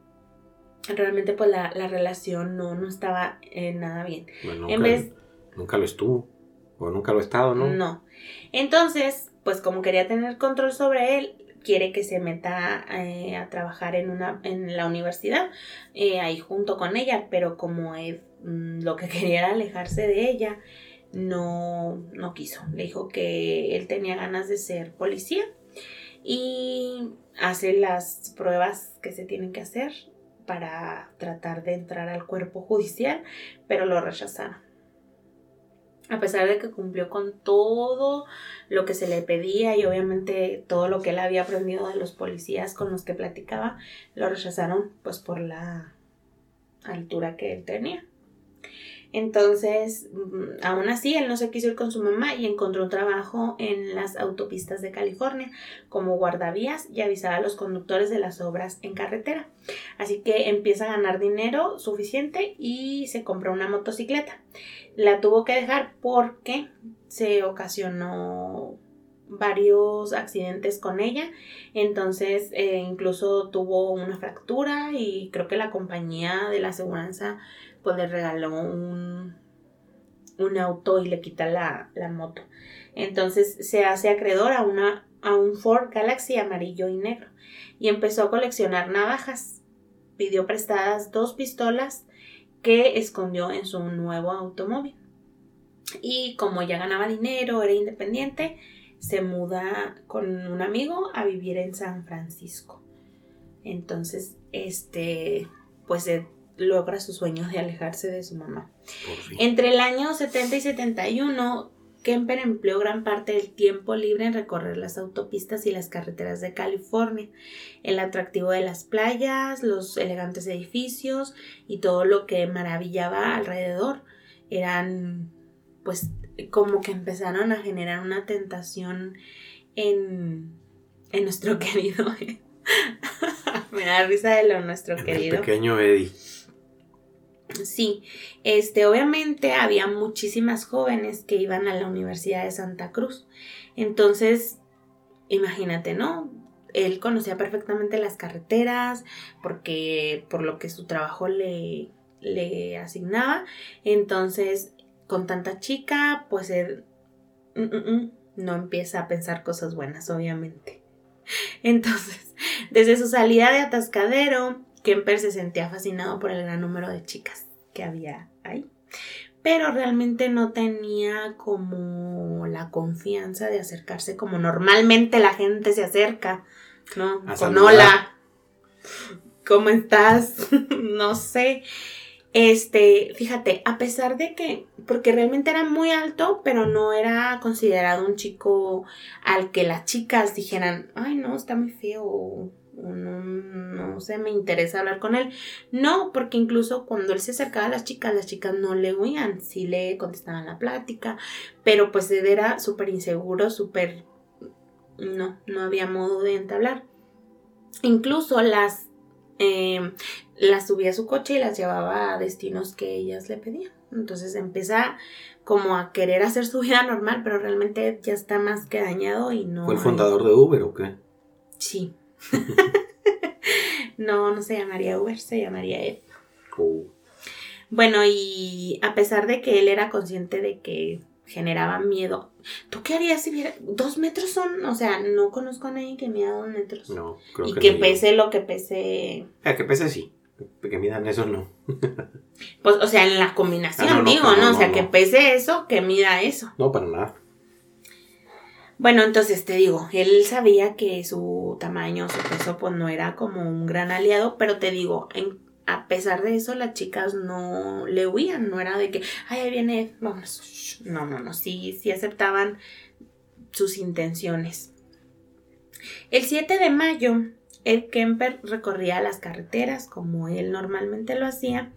realmente pues la, la relación no, no estaba eh, nada bien. Bueno, nunca, en vez... nunca lo estuvo. O nunca lo ha estado, ¿no? No. Entonces, pues como quería tener control sobre él, quiere que se meta eh, a trabajar en una en la universidad, eh, ahí junto con ella, pero como él, mmm, lo que quería era alejarse de ella, no, no quiso. Le dijo que él tenía ganas de ser policía y hace las pruebas que se tienen que hacer para tratar de entrar al cuerpo judicial, pero lo rechazaron. A pesar de que cumplió con todo lo que se le pedía y obviamente todo lo que él había aprendido de los policías con los que platicaba, lo rechazaron pues por la altura que él tenía. Entonces, aún así, él no se quiso ir con su mamá y encontró un trabajo en las autopistas de California como guardavías y avisaba a los conductores de las obras en carretera. Así que empieza a ganar dinero suficiente y se compró una motocicleta. La tuvo que dejar porque se ocasionó varios accidentes con ella, entonces eh, incluso tuvo una fractura y creo que la compañía de la aseguranza pues le regaló un, un auto y le quita la, la moto. Entonces se hace acreedor a, una, a un Ford Galaxy amarillo y negro y empezó a coleccionar navajas. Pidió prestadas dos pistolas que escondió en su nuevo automóvil. Y como ya ganaba dinero, era independiente, se muda con un amigo a vivir en San Francisco. Entonces, este, pues eh, logra su sueño de alejarse de su mamá. Entre el año setenta y setenta y uno, Kemper empleó gran parte del tiempo libre en recorrer las autopistas y las carreteras de California. El atractivo de las playas, los elegantes edificios y todo lo que maravillaba alrededor eran, pues, como que empezaron a generar una tentación en, en nuestro querido. Me da risa de lo nuestro en querido. El pequeño Eddie. Sí, este, obviamente había muchísimas jóvenes que iban a la Universidad de Santa Cruz. Entonces, imagínate, ¿no? Él conocía perfectamente las carreteras porque por lo que su trabajo le, le asignaba. Entonces, con tanta chica, pues él mm, mm, mm, no empieza a pensar cosas buenas, obviamente. Entonces, desde su salida de Atascadero, Kemper se sentía fascinado por el gran número de chicas que había ahí, pero realmente no tenía como la confianza de acercarse como normalmente la gente se acerca, ¿no? A Con saludar. hola, ¿cómo estás? No sé. Este, fíjate, a pesar de que, porque realmente era muy alto, pero no era considerado un chico al que las chicas dijeran, ay no, está muy feo, o no, no sé, me interesa hablar con él. No, porque incluso cuando él se acercaba a las chicas, las chicas no le huían, sí le contestaban la plática, pero pues él era súper inseguro, súper, no, no había modo de entablar. Incluso las Eh, las subía a su coche y las llevaba a destinos que ellas le pedían. Entonces empieza como a querer hacer su vida normal, pero realmente ya está más que dañado y no... ¿Fue el fundador de Uber o qué? Sí. No, no se llamaría Uber, se llamaría Ed. Oh. Bueno, y a pesar de que él era consciente de que generaba miedo. ¿Tú qué harías si viera? Dos metros son, o sea, no conozco a nadie que mida dos metros. No, creo y que que no pese lo que pese. Ah, que pese sí. Que midan eso no. Pues, o sea, en la combinación, ah, no, no, digo, no, ¿no? no, O sea, no. que pese eso, que mida eso. No, para nada. Bueno, entonces te digo, él sabía que su tamaño, su peso, pues no era como un gran aliado, pero te digo, en a pesar de eso, las chicas no le huían, no era de que, ay, ahí viene, vamos, no, no, no, sí, sí aceptaban sus intenciones. El siete de mayo, Ed Kemper recorría las carreteras como él normalmente lo hacía,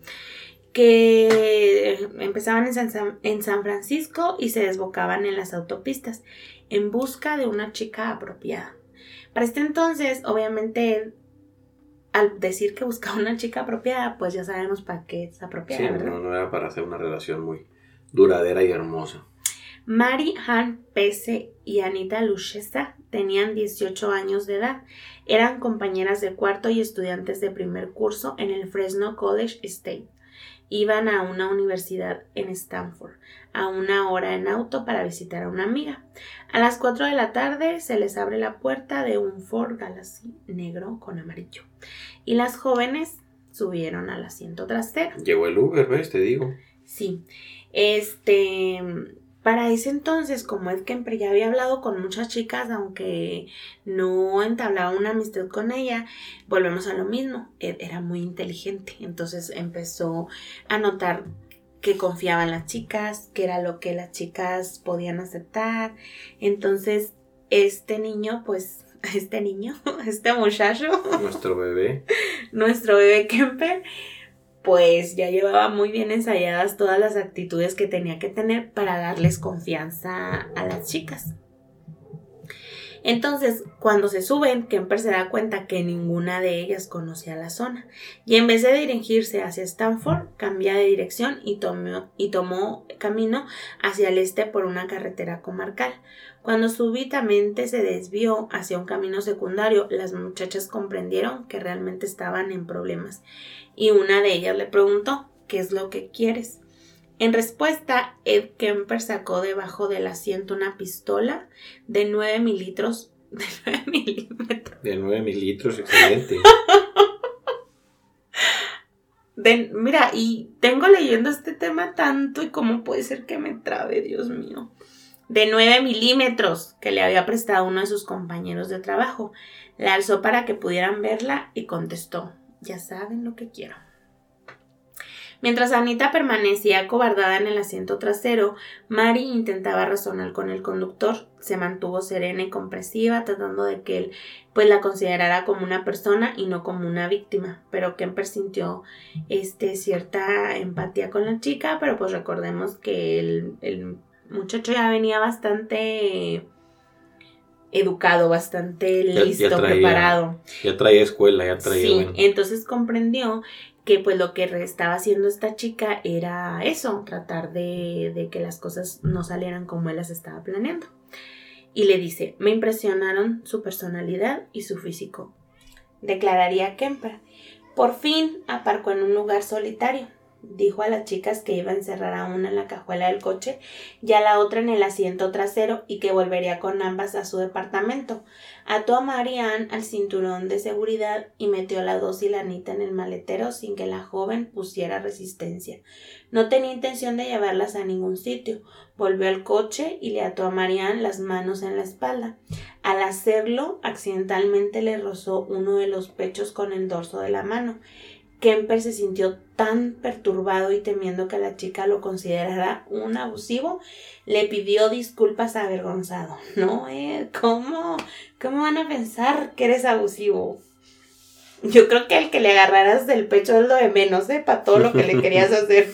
que empezaban en San, en San Francisco y se desbocaban en las autopistas en busca de una chica apropiada. Para este entonces, obviamente, Ed, al decir que buscaba una chica apropiada, pues ya sabemos para qué es apropiada, Sí, ¿verdad? no, no era para hacer una relación muy duradera y hermosa. Mary Ann Pese y Anita Luchesa tenían dieciocho años de edad. Eran compañeras de cuarto y estudiantes de primer curso en el Fresno College State. Iban a una universidad en Stanford, a una hora en auto para visitar a una amiga. A las cuatro de la tarde se les abre la puerta de un Ford Galaxy negro con amarillo y las jóvenes subieron al asiento trasero. Llegó el Uber, ¿ves? Te digo. Sí, este... Para ese entonces, como Ed Kemper ya había hablado con muchas chicas, aunque no entablaba una amistad con ella, volvemos a lo mismo. Ed era muy inteligente, entonces empezó a notar que confiaba en las chicas, que era lo que las chicas podían aceptar. Entonces, este niño, pues, este niño, este muchacho, Nuestro bebé. nuestro bebé Kemper, pues ya llevaba muy bien ensayadas todas las actitudes que tenía que tener para darles confianza a las chicas. Entonces, cuando se suben, Kemper se da cuenta que ninguna de ellas conocía la zona y en vez de dirigirse hacia Stanford, cambia de dirección y tomó, y tomó camino hacia el este por una carretera comarcal. Cuando súbitamente se desvió hacia un camino secundario, las muchachas comprendieron que realmente estaban en problemas y una de ellas le preguntó, ¿qué es lo que quieres? En respuesta, Ed Kemper sacó debajo del asiento una pistola de nueve mililitros. De nueve milímetros. De nueve mililitros, excelente. De, mira, y tengo leyendo este tema tanto y cómo puede ser que me trabe, Dios mío. De nueve milímetros que le había prestado uno de sus compañeros de trabajo. La alzó para que pudieran verla y contestó, ya saben lo que quiero. Mientras Anita permanecía acobardada en el asiento trasero, Mary intentaba razonar con el conductor. Se mantuvo serena y comprensiva, tratando de que él pues la considerara como una persona y no como una víctima. Pero Kemper sintió este, cierta empatía con la chica, pero pues recordemos que el, el muchacho ya venía bastante educado, bastante listo, ya, ya traía, preparado. Ya traía escuela, ya traía... Sí, bueno. Entonces comprendió que pues lo que estaba haciendo esta chica era eso, tratar de, de que las cosas no salieran como él las estaba planeando. Y le dice, me impresionaron su personalidad y su físico, declararía Kemper. Por fin aparcó en un lugar solitario. Dijo a las chicas que iba a encerrar a una en la cajuela del coche y a la otra en el asiento trasero y que volvería con ambas a su departamento. Ató a Marianne al cinturón de seguridad y metió la dócil Anita en el maletero sin que la joven pusiera resistencia. No tenía intención de llevarlas a ningún sitio. Volvió al coche y le ató a Marianne las manos en la espalda. Al hacerlo, accidentalmente le rozó uno de los pechos con el dorso de la mano. Kemper se sintió tan perturbado y temiendo que la chica lo considerara un abusivo, le pidió disculpas avergonzado. No, eh, ¿cómo? ¿Cómo van a pensar que eres abusivo? Yo creo que el que le agarraras del pecho es lo de menos, ¿eh? Para todo lo que le querías hacer.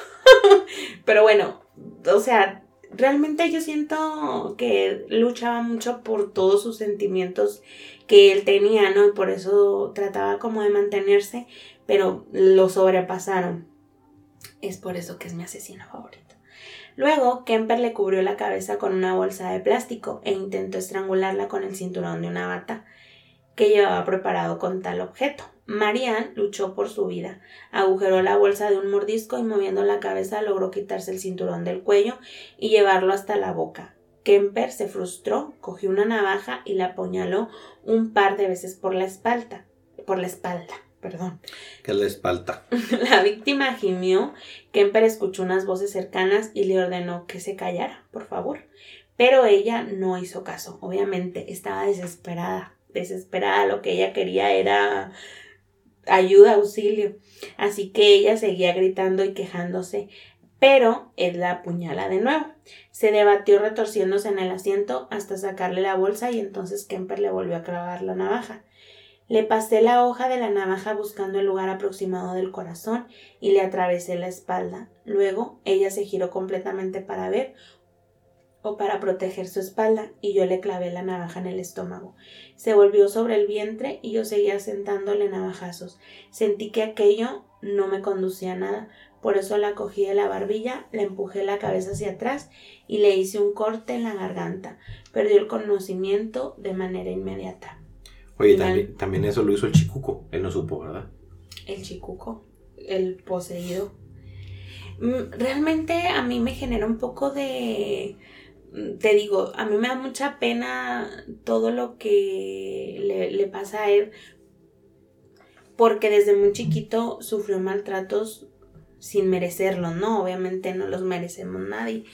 Pero bueno, o sea, realmente yo siento que luchaba mucho por todos sus sentimientos que él tenía, ¿no? Y por eso trataba como de mantenerse, pero lo sobrepasaron. Es por eso que es mi asesino favorito. Luego, Kemper le cubrió la cabeza con una bolsa de plástico e intentó estrangularla con el cinturón de una bata que llevaba preparado con tal objeto. Marianne luchó por su vida. Agujeró la bolsa de un mordisco y moviendo la cabeza logró quitarse el cinturón del cuello y llevarlo hasta la boca. Kemper se frustró, cogió una navaja y la apuñaló un par de veces por la espalda. Por la espalda. Perdón. ¿Qué es la espalda? La víctima gimió. Kemper escuchó unas voces cercanas y le ordenó que se callara, por favor. Pero ella no hizo caso. Obviamente estaba desesperada. Desesperada. Lo que ella quería era ayuda, auxilio. Así que ella seguía gritando y quejándose. Pero Ed la apuñala de nuevo. Se debatió retorciéndose en el asiento hasta sacarle la bolsa y entonces Kemper le volvió a clavar la navaja. Le pasé la hoja de la navaja buscando el lugar aproximado del corazón y le atravesé la espalda. Luego ella se giró completamente para ver o para proteger su espalda y yo le clavé la navaja en el estómago. Se volvió sobre el vientre y yo seguía sentándole navajazos. Sentí que aquello no me conducía a nada, por eso la cogí de la barbilla, la empujé la cabeza hacia atrás y le hice un corte en la garganta. Perdió el conocimiento de manera inmediata. Oye, también, también eso lo hizo el chicuco. Él no supo, ¿verdad? El chicuco, el poseído. Realmente a mí me genera un poco de... Te digo, a mí me da mucha pena todo lo que le, le pasa a él. Porque desde muy chiquito sufrió maltratos sin merecerlo, ¿no? Obviamente no los merecemos nadie.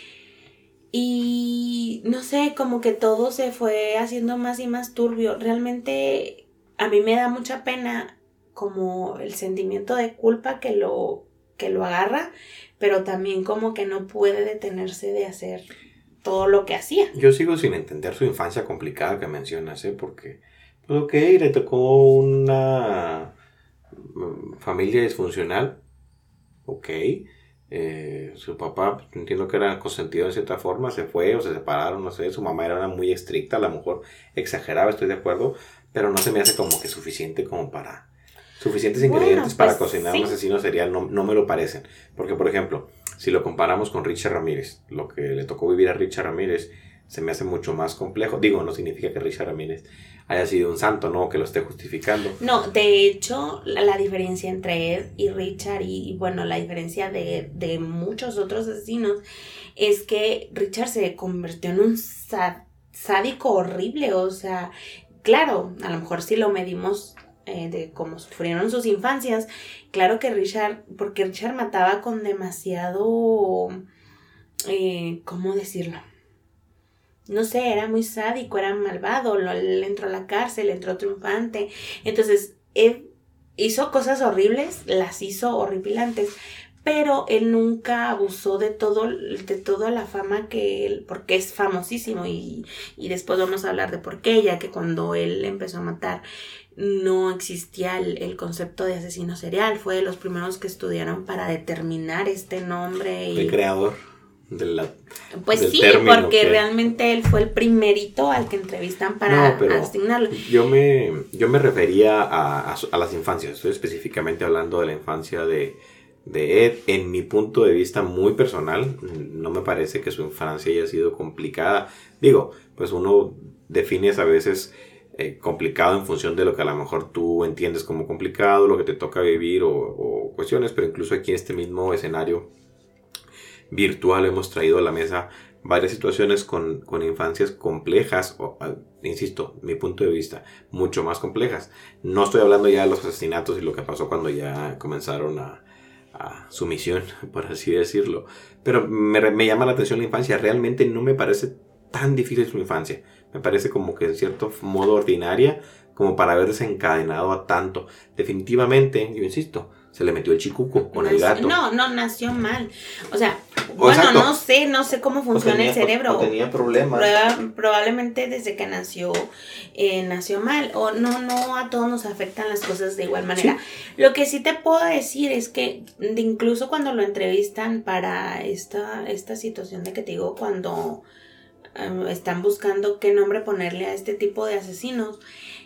Y no sé, como que todo se fue haciendo más y más turbio. Realmente a mí me da mucha pena como el sentimiento de culpa que lo, que lo agarra, pero también como que no puede detenerse de hacer todo lo que hacía. Yo sigo sin entender su infancia complicada que mencionas, ¿eh? Porque, pues ok, le tocó una familia disfuncional, ok. Eh, su papá, entiendo que era consentido de cierta forma, se fue o se separaron, no sé. Su mamá era muy estricta, a lo mejor exageraba, estoy de acuerdo, pero no se me hace como que suficiente como para... Suficientes ingredientes bueno, para pues, cocinar sí. un asesino serial no, no me lo parecen. Porque, por ejemplo, si lo comparamos con Richard Ramírez, lo que le tocó vivir a Richard Ramírez se me hace mucho más complejo. Digo, no significa que Richard Ramírez haya sido un santo, no, que lo esté justificando. No, de hecho, la, la diferencia entre Ed y Richard y, y bueno, la diferencia de, de muchos otros asesinos es que Richard se convirtió en un sad, sádico horrible. O sea, claro, a lo mejor si lo medimos... Eh, de cómo sufrieron sus infancias, claro que Richard, porque Richard mataba con demasiado, eh, ¿cómo decirlo? No sé, era muy sádico, era malvado, lo, le entró a la cárcel, entró triunfante, entonces él hizo cosas horribles, las hizo horripilantes, pero él nunca abusó de todo, de toda la fama que él, porque es famosísimo y, y después vamos a hablar de por qué, ya que cuando él empezó a matar no existía el, el concepto de asesino serial, fue de los primeros que estudiaron para determinar este nombre. Y, el creador de la, pues del sí, término porque que... realmente él fue el primerito al que entrevistan para no, pero asignarlo. Yo me, yo me refería a, a, a las infancias, estoy específicamente hablando de la infancia de, de Ed. En mi punto de vista muy personal, no me parece que su infancia haya sido complicada. Digo, pues uno define a veces... Eh, complicado en función de lo que a lo mejor tú entiendes como complicado, lo que te toca vivir o, o cuestiones, pero incluso aquí en este mismo escenario virtual hemos traído a la mesa varias situaciones con, con infancias complejas, o, insisto, mi punto de vista, mucho más complejas. No estoy hablando ya de los asesinatos y lo que pasó cuando ya comenzaron a, a su misión, por así decirlo, pero me, me llama la atención la infancia. Realmente no me parece tan difícil su infancia. Me parece como que en cierto modo ordinaria, como para haber desencadenado a tanto. Definitivamente, yo insisto, se le metió el chicuco con nació, el gato. No, no, nació mal. O sea, o bueno, exacto. no sé, no sé cómo funciona tenía, el cerebro. O tenía problemas. Proba, probablemente desde que nació, eh, nació mal. O no, no a todos nos afectan las cosas de igual manera. Sí. Lo que sí te puedo decir es que de incluso cuando lo entrevistan para esta, esta situación de que te digo, cuando... Um, están buscando qué nombre ponerle a este tipo de asesinos,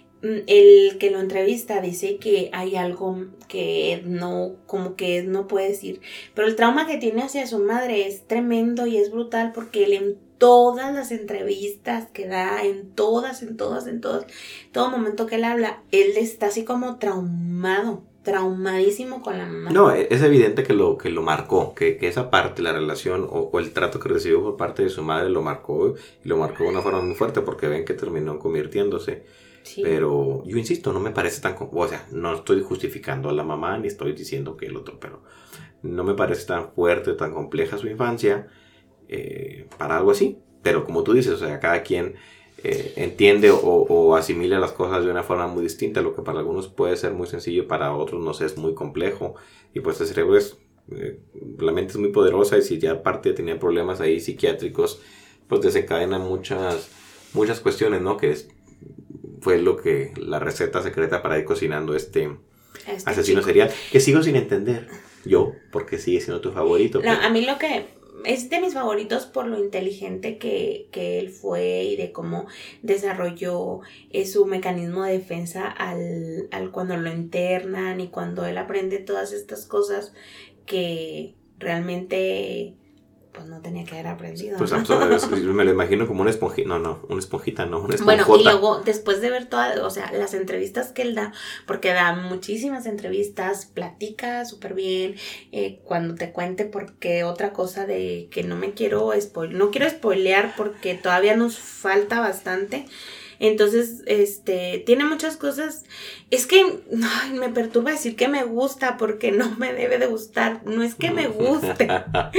el que lo entrevista dice que hay algo que no, como que no puede decir, pero el trauma que tiene hacia su madre es tremendo y es brutal, porque él en todas las entrevistas que da, en todas, en todas, en todas, todo momento que él habla, él está así como traumado. traumadísimo con la mamá. No, es evidente que lo, que lo marcó, que, que esa parte, la relación o, o el trato que recibió por parte de su madre lo marcó, y lo marcó de una forma muy fuerte, porque ven que terminó convirtiéndose. Sí. Pero yo insisto, no me parece tan... O sea, no estoy justificando a la mamá, ni estoy diciendo que el otro, pero no me parece tan fuerte, tan compleja su infancia eh, para algo así. Pero como tú dices, o sea, cada quien... Eh, entiende o, o asimila las cosas de una forma muy distinta. Lo que para algunos puede ser muy sencillo, para otros no sé, es muy complejo. Y pues el cerebro es, eh, la mente es muy poderosa, y si ya aparte tenía problemas ahí psiquiátricos, pues desencadena muchas, muchas cuestiones, ¿no? Que es, fue lo que, la receta secreta para ir cocinando este, este asesino chico. serial, que sigo sin entender yo, porque sigue siendo tu favorito. No, pero... a mí lo que... es de mis favoritos por lo inteligente que, que él fue y de cómo desarrolló eh, su mecanismo de defensa al, al cuando lo internan, y cuando él aprende todas estas cosas que realmente pues no tenía que haber aprendido. Pues ¿no? Me lo imagino como una esponjita, no, no, una esponjita, no, una esponjota. Bueno, y luego después de ver todas, o sea, las entrevistas que él da, porque da muchísimas entrevistas, platica súper bien, eh, cuando te cuente, porque otra cosa de que no me quiero spoilear, no quiero spoilear porque todavía nos falta bastante. Entonces, este, tiene muchas cosas. Es que ay, me perturba decir que me gusta, porque no me debe de gustar. No es que me guste,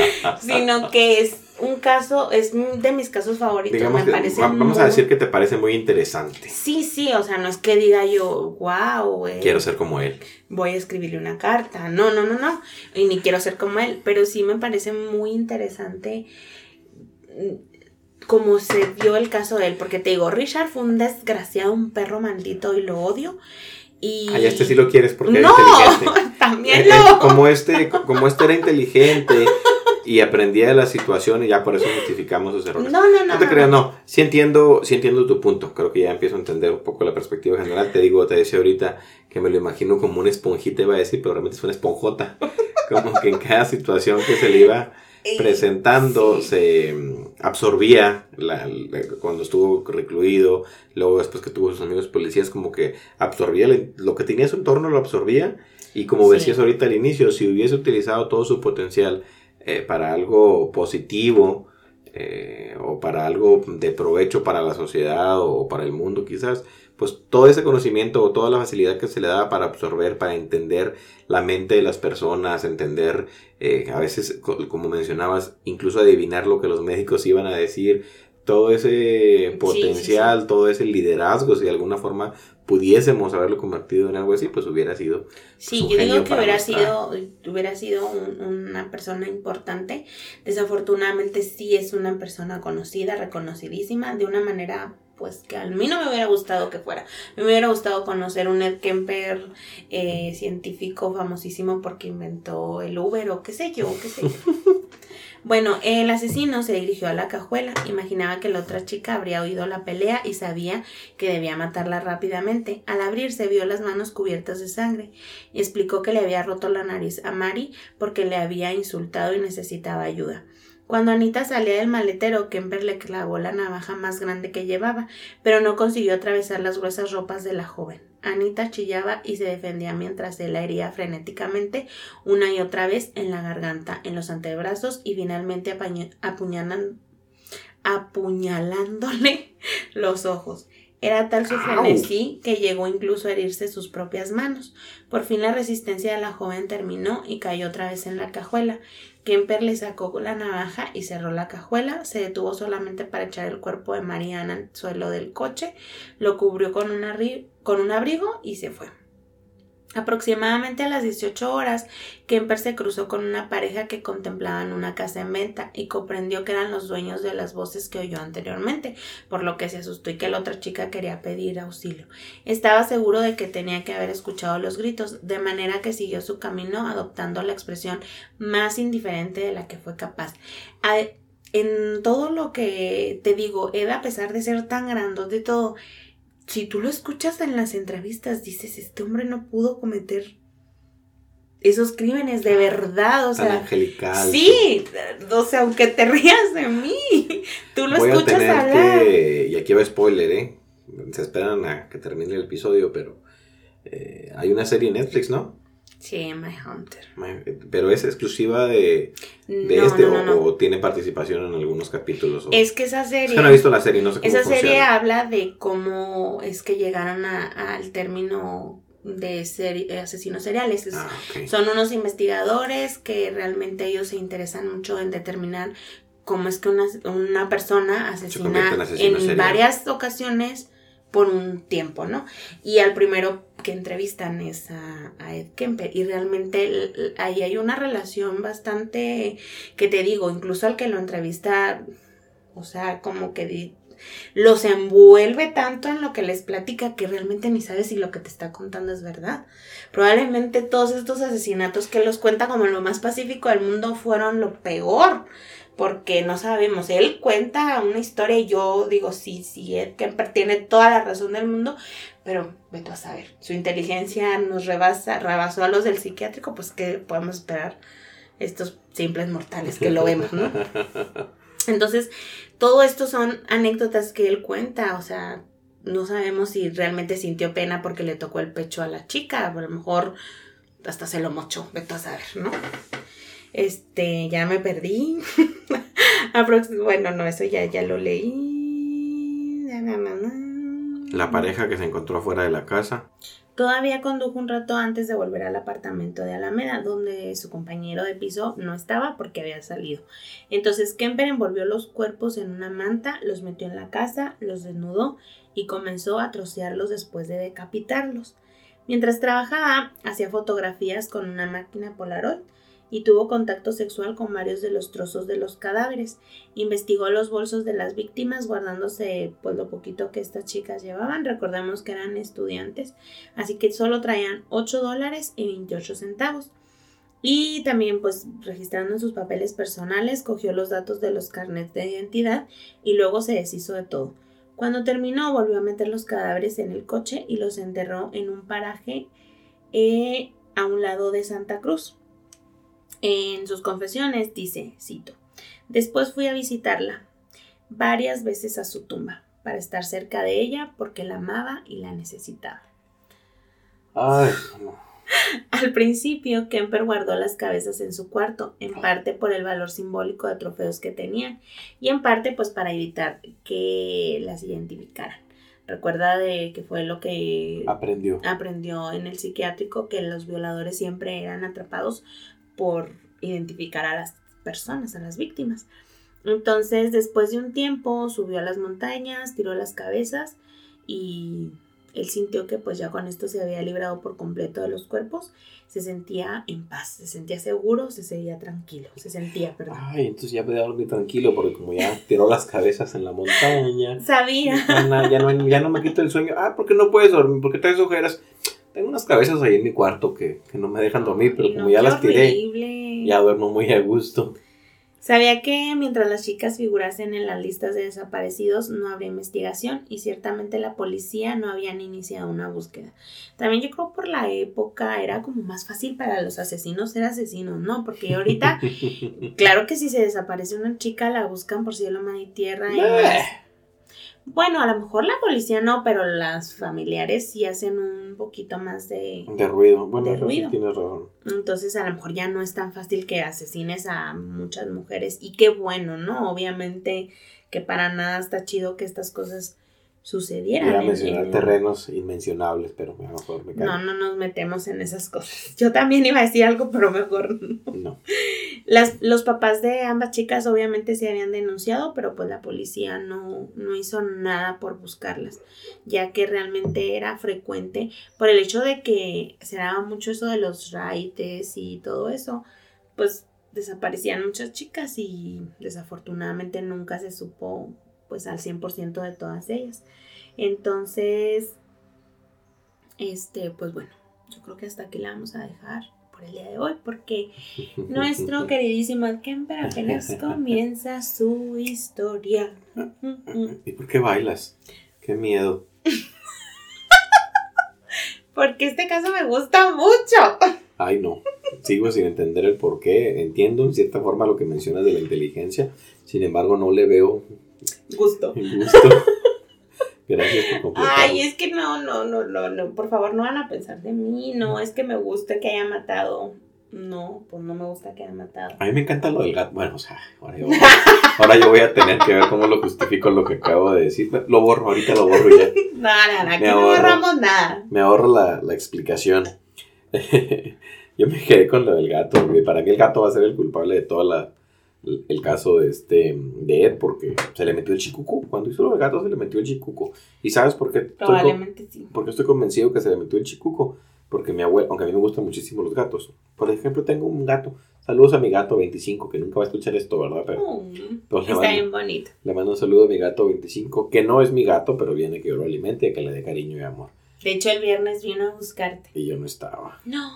sino que es un caso, es de mis casos favoritos. Digamos me que, parece vamos muy... a decir que te parece muy interesante. Sí, sí, o sea, no es que diga yo, wow, güey, quiero ser como él, voy a escribirle una carta. No, no, no, no. Y ni quiero ser como él, pero sí me parece muy interesante como se dio el caso de él, porque te digo, Richard fue un desgraciado, un perro maldito, y lo odio, Y... Ah, ya este sí lo quieres porque no, era inteligente. También Eh, lo... eh, como, este, como este era inteligente y aprendía de la situación y ya por eso justificamos sus errores. No, no, no. No te no, creas, no. no. Sí entiendo, sí entiendo tu punto. Creo que ya empiezo a entender un poco la perspectiva general. Te digo, te decía ahorita que me lo imagino como una esponjita, iba a decir, pero realmente es una esponjota. Como que en cada situación que se le iba presentando, sí. se absorbía la, la, cuando estuvo recluido, luego después que tuvo sus amigos policías, como que absorbía lo que tenía en su entorno, lo absorbía. Y como sí. decías ahorita al inicio, si hubiese utilizado todo su potencial eh, para algo positivo, eh, o para algo de provecho para la sociedad o para el mundo quizás, pues todo ese conocimiento o toda la facilidad que se le daba para absorber, para entender la mente de las personas, entender, eh, a veces, como mencionabas, incluso adivinar lo que los médicos iban a decir, todo ese potencial, sí, sí, sí. todo ese liderazgo, si de alguna forma pudiésemos haberlo convertido en algo así, pues hubiera sido pues, sí, un yo genio digo que para hubiera nuestra... sido hubiera sido un, una persona importante. Desafortunadamente sí es una persona conocida, reconocidísima, de una manera pues que a mí no me hubiera gustado que fuera. Me hubiera gustado conocer un Ed Kemper eh, científico famosísimo porque inventó el Uber o qué sé yo, qué sé yo. Bueno, el asesino se dirigió a la cajuela, imaginaba que la otra chica habría oído la pelea y sabía que debía matarla rápidamente. Al abrirse vio las manos cubiertas de sangre y explicó que le había roto la nariz a Mary porque le había insultado y necesitaba ayuda. Cuando Anita salía del maletero, Kemper le clavó la navaja más grande que llevaba, pero no consiguió atravesar las gruesas ropas de la joven. Anita chillaba y se defendía mientras él la hería frenéticamente una y otra vez en la garganta, en los antebrazos y finalmente apuñalan, apuñalándole los ojos. Era tal su frenesí que llegó incluso a herirse sus propias manos. Por fin la resistencia de la joven terminó y cayó otra vez en la cajuela. Kemper le sacó la navaja y cerró la cajuela. Se detuvo solamente para echar el cuerpo de Mariana al suelo del coche, lo cubrió con, una con un abrigo y se fue. Aproximadamente a las dieciocho horas, Kemper se cruzó con una pareja que contemplaban una casa en venta y comprendió que eran los dueños de las voces que oyó anteriormente, por lo que se asustó y que la otra chica quería pedir auxilio. Estaba seguro de que tenía que haber escuchado los gritos, de manera que siguió su camino adoptando la expresión más indiferente de la que fue capaz. A en todo lo que te digo, Ed, a pesar de ser tan grandote y todo, si tú lo escuchas en las entrevistas, dices, este hombre no pudo cometer esos crímenes de verdad, o sea, tan angelical. Sí, o sea, aunque te rías de mí, tú lo Voy escuchas a tener hablar. Que, y aquí va spoiler, ¿eh? Se esperan a que termine el episodio, pero eh, hay una serie en Netflix, ¿no? Sí, My Hunter. Pero es exclusiva de, de no, este no, no, o, no. o tiene participación en algunos capítulos. O... Es que esa serie... Es que no he visto la serie, no sé cómo Esa funciona. serie habla de cómo es que llegaron a, al término de ser, asesinos seriales. Es, ah, okay. Son unos investigadores que realmente ellos se interesan mucho en determinar cómo es que una, una persona asesina en, en varias ocasiones por un tiempo, ¿no? Y al primero que entrevistan es a, a Ed Kemper y realmente ahí hay una relación bastante, que te digo, incluso al que lo entrevista, o sea, como que di, los envuelve tanto en lo que les platica que realmente ni sabes si lo que te está contando es verdad. Probablemente todos estos asesinatos que los cuenta como lo más pacífico del mundo fueron lo peor, porque no sabemos, él cuenta una historia y yo digo, sí, sí, Ed Kemper tiene toda la razón del mundo, pero vete a saber, su inteligencia nos rebasa, rebasó a los del psiquiátrico, pues ¿qué podemos esperar estos simples mortales que lo vemos, ¿no? Entonces, todo esto son anécdotas que él cuenta, o sea, no sabemos si realmente sintió pena porque le tocó el pecho a la chica, a lo mejor hasta se lo mochó, vete a saber, ¿no? Este, ya me perdí. Bueno, no, eso ya, ya lo leí. La pareja que se encontró afuera de la casa. Todavía condujo un rato antes de volver al apartamento de Alameda, donde su compañero de piso no estaba porque había salido. Entonces Kemper envolvió los cuerpos en una manta, los metió en la casa, los desnudó y comenzó a trocearlos después de decapitarlos. Mientras trabajaba, hacía fotografías con una máquina Polaroid y tuvo contacto sexual con varios de los trozos de los cadáveres. Investigó los bolsos de las víctimas, guardándose pues lo poquito que estas chicas llevaban. Recordemos que eran estudiantes, así que solo traían ocho dólares y veintiocho centavos. Y también pues registrando en sus papeles personales, cogió los datos de los carnets de identidad y luego se deshizo de todo. Cuando terminó, volvió a meter los cadáveres en el coche y los enterró en un paraje eh, a un lado de Santa Cruz. En sus confesiones dice, cito, después fui a visitarla varias veces a su tumba para estar cerca de ella porque la amaba y la necesitaba. Ay, no. Al principio, Kemper guardó las cabezas en su cuarto, en parte por el valor simbólico de trofeos que tenían y en parte pues para evitar que las identificaran. Recuerda de que fue lo que aprendió. aprendió en el psiquiátrico, que los violadores siempre eran atrapados por identificar a las personas, a las víctimas. Entonces, después de un tiempo, subió a las montañas, tiró las cabezas y él sintió que pues ya con esto se había librado por completo de los cuerpos. Se sentía en paz, se sentía seguro, se sentía tranquilo, se sentía, perdón. Ay, entonces ya podía dormir tranquilo porque como ya tiró las cabezas en la montaña. Sabía. Ya, ya, no, ya no me quito el sueño. Ah, ¿por qué no puedes dormir? ¿Por qué traes ojeras? Tengo unas cabezas ahí en mi cuarto que, que no me dejan dormir, pero Ay, como no, ya qué las tiré, horrible. Ya duermo muy a gusto. Sabía que mientras las chicas figurasen en las listas de desaparecidos no habría investigación y ciertamente la policía no habían iniciado una búsqueda. También yo creo por la época era como más fácil para los asesinos ser asesinos, ¿no? Porque ahorita, claro que si se desaparece una chica la buscan por cielo, mar y tierra. Y más. Bueno, a lo mejor la policía no, pero las familiares sí hacen un poquito más de... De ruido. Bueno, de eso ruido. Sí tienes razón. Entonces a lo mejor ya no es tan fácil que asesines a muchas mujeres. Y qué bueno, ¿no? Obviamente que para nada está chido que estas cosas sucedieran. Iba a en- mencionar en- terrenos inmencionables, pero mejor me callo. No, no nos metemos en esas cosas. Yo también iba a decir algo, pero mejor no. No. Las, los papás de ambas chicas obviamente se habían denunciado, pero pues la policía no, no hizo nada por buscarlas, ya que realmente era frecuente por el hecho de que se daba mucho eso de los raites y todo eso, pues desaparecían muchas chicas y desafortunadamente nunca se supo pues al cien por ciento de todas ellas. Entonces, este, pues bueno, yo creo que hasta aquí la vamos a dejar por el día de hoy, porque nuestro queridísimo Kemper apenas comienza su historia. ¿Y por qué bailas? Qué miedo. Porque este caso me gusta mucho. Ay, no. Sigo sin entender el por qué. Entiendo en cierta forma lo que mencionas de la inteligencia. Sin embargo, no le veo Gusto. el gusto. Gracias por completar. Ay, es que no, no, no, no, no, por favor, no van a pensar de mí. No, es que me gusta que haya matado. No, pues no me gusta que haya matado. A mí me encanta lo del gato. Bueno, o sea, ahora yo, ahora yo voy a tener que ver cómo lo justifico lo que acabo de decir. Lo borro, ahorita lo borro ya. No, no, no, aquí Me no ahorro. borramos nada. Me ahorro la, la explicación. Yo me quedé con lo del gato. Porque para mí el gato va a ser el culpable de todo la, el caso de, este, de Ed, porque se le metió el chicuco. Cuando hizo lo del gato se le metió el chicuco. ¿Y sabes por qué? Estoy Probablemente con- sí. Porque estoy convencido que se le metió el chicuco. Porque mi abuela, aunque a mí me gustan muchísimo los gatos. Por ejemplo, tengo un gato. Saludos a mi gato veinticinco, que nunca va a escuchar esto, ¿verdad? Pero, Mm, pero le, está mando, bien bonito. le mando un saludo a mi gato veinticinco, que no es mi gato, pero viene que yo lo alimente y que le dé cariño y amor. De hecho, el viernes vino a buscarte. Y yo no estaba. No.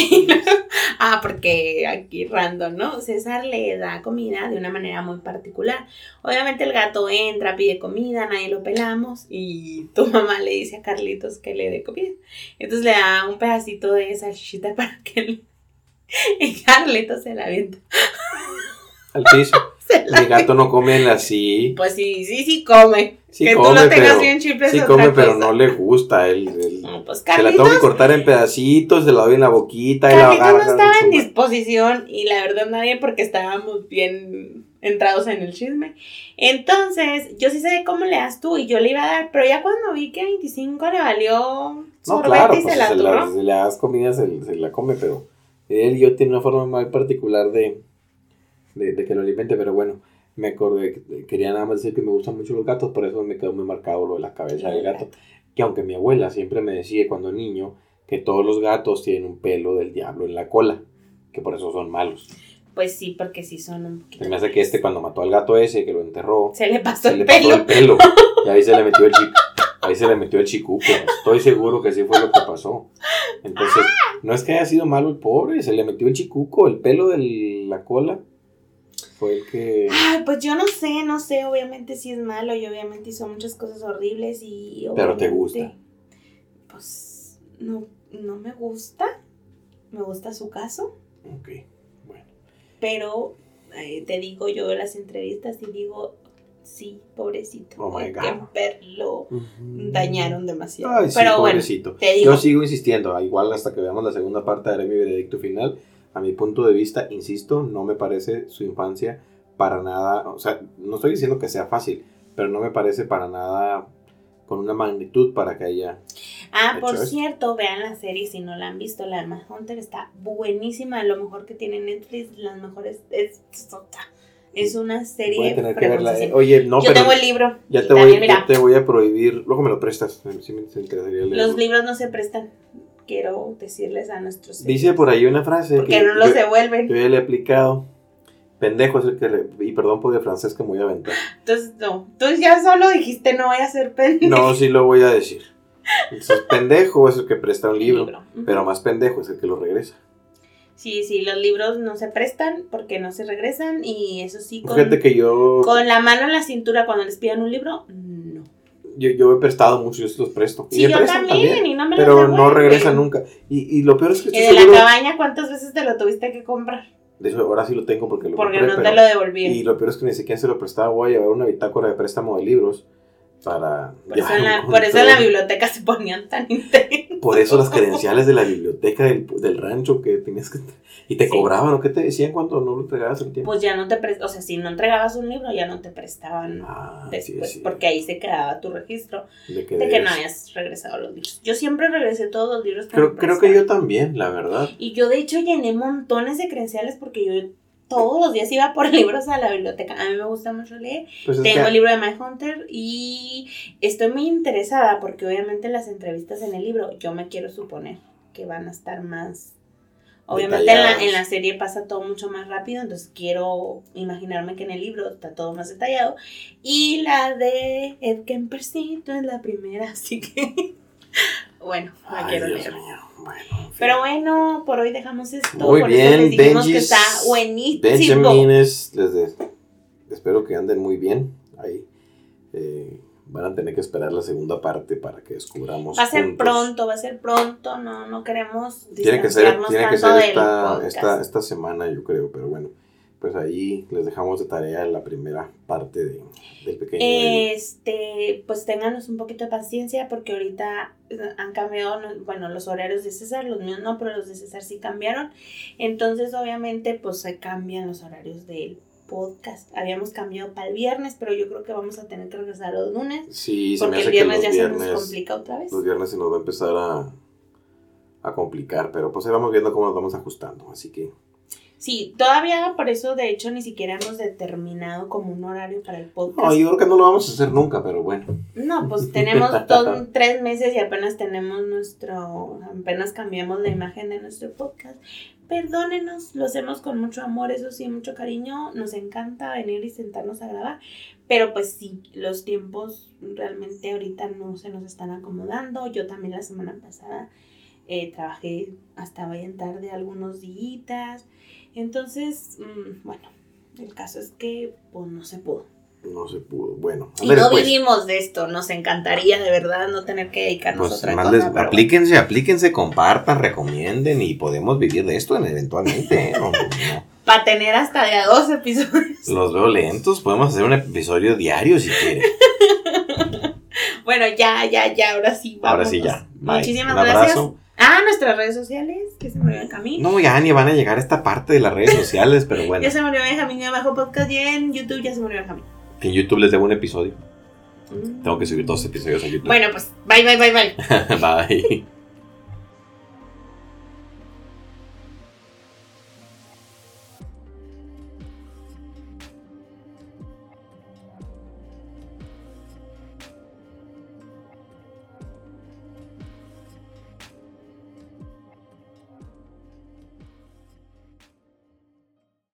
Ah, porque aquí random, ¿no? César le da comida de una manera muy particular. Obviamente el gato entra, pide comida, nadie lo pelamos y tu mamá le dice a Carlitos que le dé comida. Entonces le da un pedacito de salchichita para que le... Y Carlitos se la avienta. Al piso. Se la Mi gato no come así. Pues sí, sí, sí come. Sí que come, tú lo tengas pero, bien chifles sí es come, otra pero cosa. no le gusta. Él, él- No, pues se la Carlitos, tengo que cortar en pedacitos, se la doy en la boquita y la Carlitos agarra no estaba con en su- disposición y la verdad nadie porque estábamos bien entrados en el chisme. Entonces, yo sí sé cómo le das tú y yo le iba a dar, pero ya cuando vi que a veinticinco le valió No, sorbete claro, y pues se la se, la, turró. se le das comida, se, se la come, pero él y yo tiene una forma muy particular de, de, de que lo alimente, pero bueno, me acordé, que- quería nada más decir que me gustan mucho los gatos, por eso me quedó muy marcado lo de la cabeza del gato, que aunque mi abuela siempre me decía cuando niño que todos los gatos tienen un pelo del diablo en la cola, que por eso son malos. Pues sí, porque sí son un poquito. Se me hace que este cuando mató al gato ese, que lo enterró, se le pasó se el le pelo. pasó el pelo. Y ahí se le metió el chico. Ahí se le metió el chicuco. Estoy seguro que sí fue lo que pasó. Entonces, no es que haya sido malo el pobre, se le metió el chicuco, el pelo de la cola. Fue el que... Ay, pues yo no sé, no sé, obviamente sí es malo y obviamente hizo muchas cosas horribles y... Pero te gusta. Pues no, no me gusta, me gusta su caso. Ok, bueno. Pero eh, te digo, yo veo las entrevistas y digo, sí, pobrecito, Oh my God. Kemper lo Uh-huh. dañaron demasiado. Ay, sí, pero pobrecito. bueno, te digo. Yo sigo insistiendo, igual hasta que veamos la segunda parte daré mi veredicto final. A mi punto de vista, insisto, no me parece su infancia para nada, o sea, no estoy diciendo que sea fácil, pero no me parece para nada con una magnitud para que haya... Ah, por esto. cierto, vean la serie si no la han visto, la de Mindhunter está buenísima, lo mejor que tiene Netflix, las mejores, es, es una serie... Voy a tener que verla. fregoncísima. Oye, no, Yo pero tengo el libro. ya y te, voy, también, mira, ya te voy a prohibir, luego me lo prestas, sí me interesaría leerlo. los libros no se prestan, quiero decirles a nuestros... Dice por ahí una frase porque que no los yo, devuelven. yo ya le he aplicado. Pendejo es el que... Le, y perdón por el francés que me voy a aventar. Entonces, no, tú ya solo dijiste no voy a ser pendejo. No, sí lo voy a decir. Entonces, pendejo es el que presta un libro, libro. Uh-huh. pero más pendejo es el que lo regresa. Sí, sí, los libros no se prestan porque no se regresan y eso sí, con, Fíjate que yo, con la mano en la cintura cuando les pidan un libro, no. yo... Yo he prestado mucho, yo se los presto. Sí, y me yo prestan también, también, y no me pero los no devuelven. regresa nunca. Y, y lo peor es que Y estoy de seguro... la cabaña, ¿cuántas veces te lo tuviste que comprar? De eso ahora sí lo tengo porque lo Porque compré, no pero, te lo devolvieron. y lo peor es que ni siquiera se lo prestaba. Voy a llevar una bitácora de préstamo de libros para... Por eso, en la, por eso en la biblioteca se ponían tan intensos. Por eso las credenciales de la biblioteca del, del rancho que tenías que... Y te Sí. cobraban, ¿o qué te decían cuando no lo entregabas el tiempo? Pues ya no te prestaban, o sea, si no entregabas un libro ya no te prestaban Ah, después, sí, sí. porque ahí se quedaba tu registro De que, de que debes. no hayas regresado los libros. Yo siempre regresé todos los libros que Creo, me creo que yo prestaban. también, la verdad. Y yo de hecho llené montones de credenciales porque yo todos los días iba por libros a la biblioteca. A mí me gusta mucho leer. Pues es Tengo que- el libro de Mindhunter y estoy muy interesada porque obviamente las entrevistas en el libro yo me quiero suponer que van a estar más... Obviamente en la, Detalladas. en la serie pasa todo mucho más rápido, entonces quiero imaginarme que en el libro está todo más detallado. Y la de Ed Kempercito es la primera, así que bueno, la Ay, quiero Dios leer. mío. Bueno, en fin. Pero bueno, por hoy dejamos esto. Muy por bien, eso les dijimos que Benjis, está buenísimo. Benjamines, les de- espero que anden muy bien. Ahí eh, van a tener que esperar la segunda parte para que descubramos. Va a ser juntos. pronto, va a ser pronto, no, no queremos Tiene que ser, distanciarnos tiene que tanto ser del esta, podcast. esta, esta semana, yo creo, pero bueno, pues ahí les dejamos de tarea la primera parte de, del pequeño. Eddie. Este, pues ténganos un poquito de paciencia porque ahorita han cambiado, no- bueno, los horarios de César, los míos no, pero los de César sí cambiaron. Entonces, obviamente, pues se cambian los horarios del podcast. Habíamos cambiado para el viernes, pero yo creo que vamos a tener que regresar los lunes Sí, se me porque hace el que viernes los ya se viernes, nos complica otra vez. los viernes se nos va a empezar a, a complicar, pero pues ahí vamos viendo cómo nos vamos ajustando, así que Sí, todavía por eso de hecho ni siquiera hemos determinado como un horario para el podcast. no, yo creo que no lo vamos a hacer nunca, pero bueno. No, pues tenemos todo, tres meses y apenas tenemos nuestro, apenas cambiamos la imagen de nuestro podcast. Perdónenos, lo hacemos con mucho amor, eso sí, mucho cariño. Nos encanta venir y sentarnos a grabar, pero pues sí, los tiempos realmente ahorita no se nos están acomodando. Yo también la semana pasada eh, trabajé hasta bien tarde algunos días. Entonces, mmm, bueno, el caso es que pues no se pudo. No se pudo, bueno. Y ándale, no pues. vivimos de esto, nos encantaría de verdad no tener que dedicarnos Pues a otra además cosa. les- pero aplíquense, aplíquense, compartan, recomienden y podemos vivir de esto eventualmente. ¿eh? No, no, no. para tener hasta de a dos episodios. Los veo lentos, podemos hacer un episodio diario si quieren. Bueno, ya, ya, ya, ahora sí. Ahora vámonos. sí ya. Bye. Muchísimas Un gracias. abrazo. Ah, nuestras redes sociales, que se murió Benjamín. No, ya ni van a llegar a esta parte de las redes sociales, pero bueno. Ya se murió Benjamín abajo podcast y en YouTube ya se murió Benjamín. En YouTube les debo un episodio. Mm. Tengo que subir dos episodios a YouTube. Bueno, pues, bye, bye, bye, bye. Bye.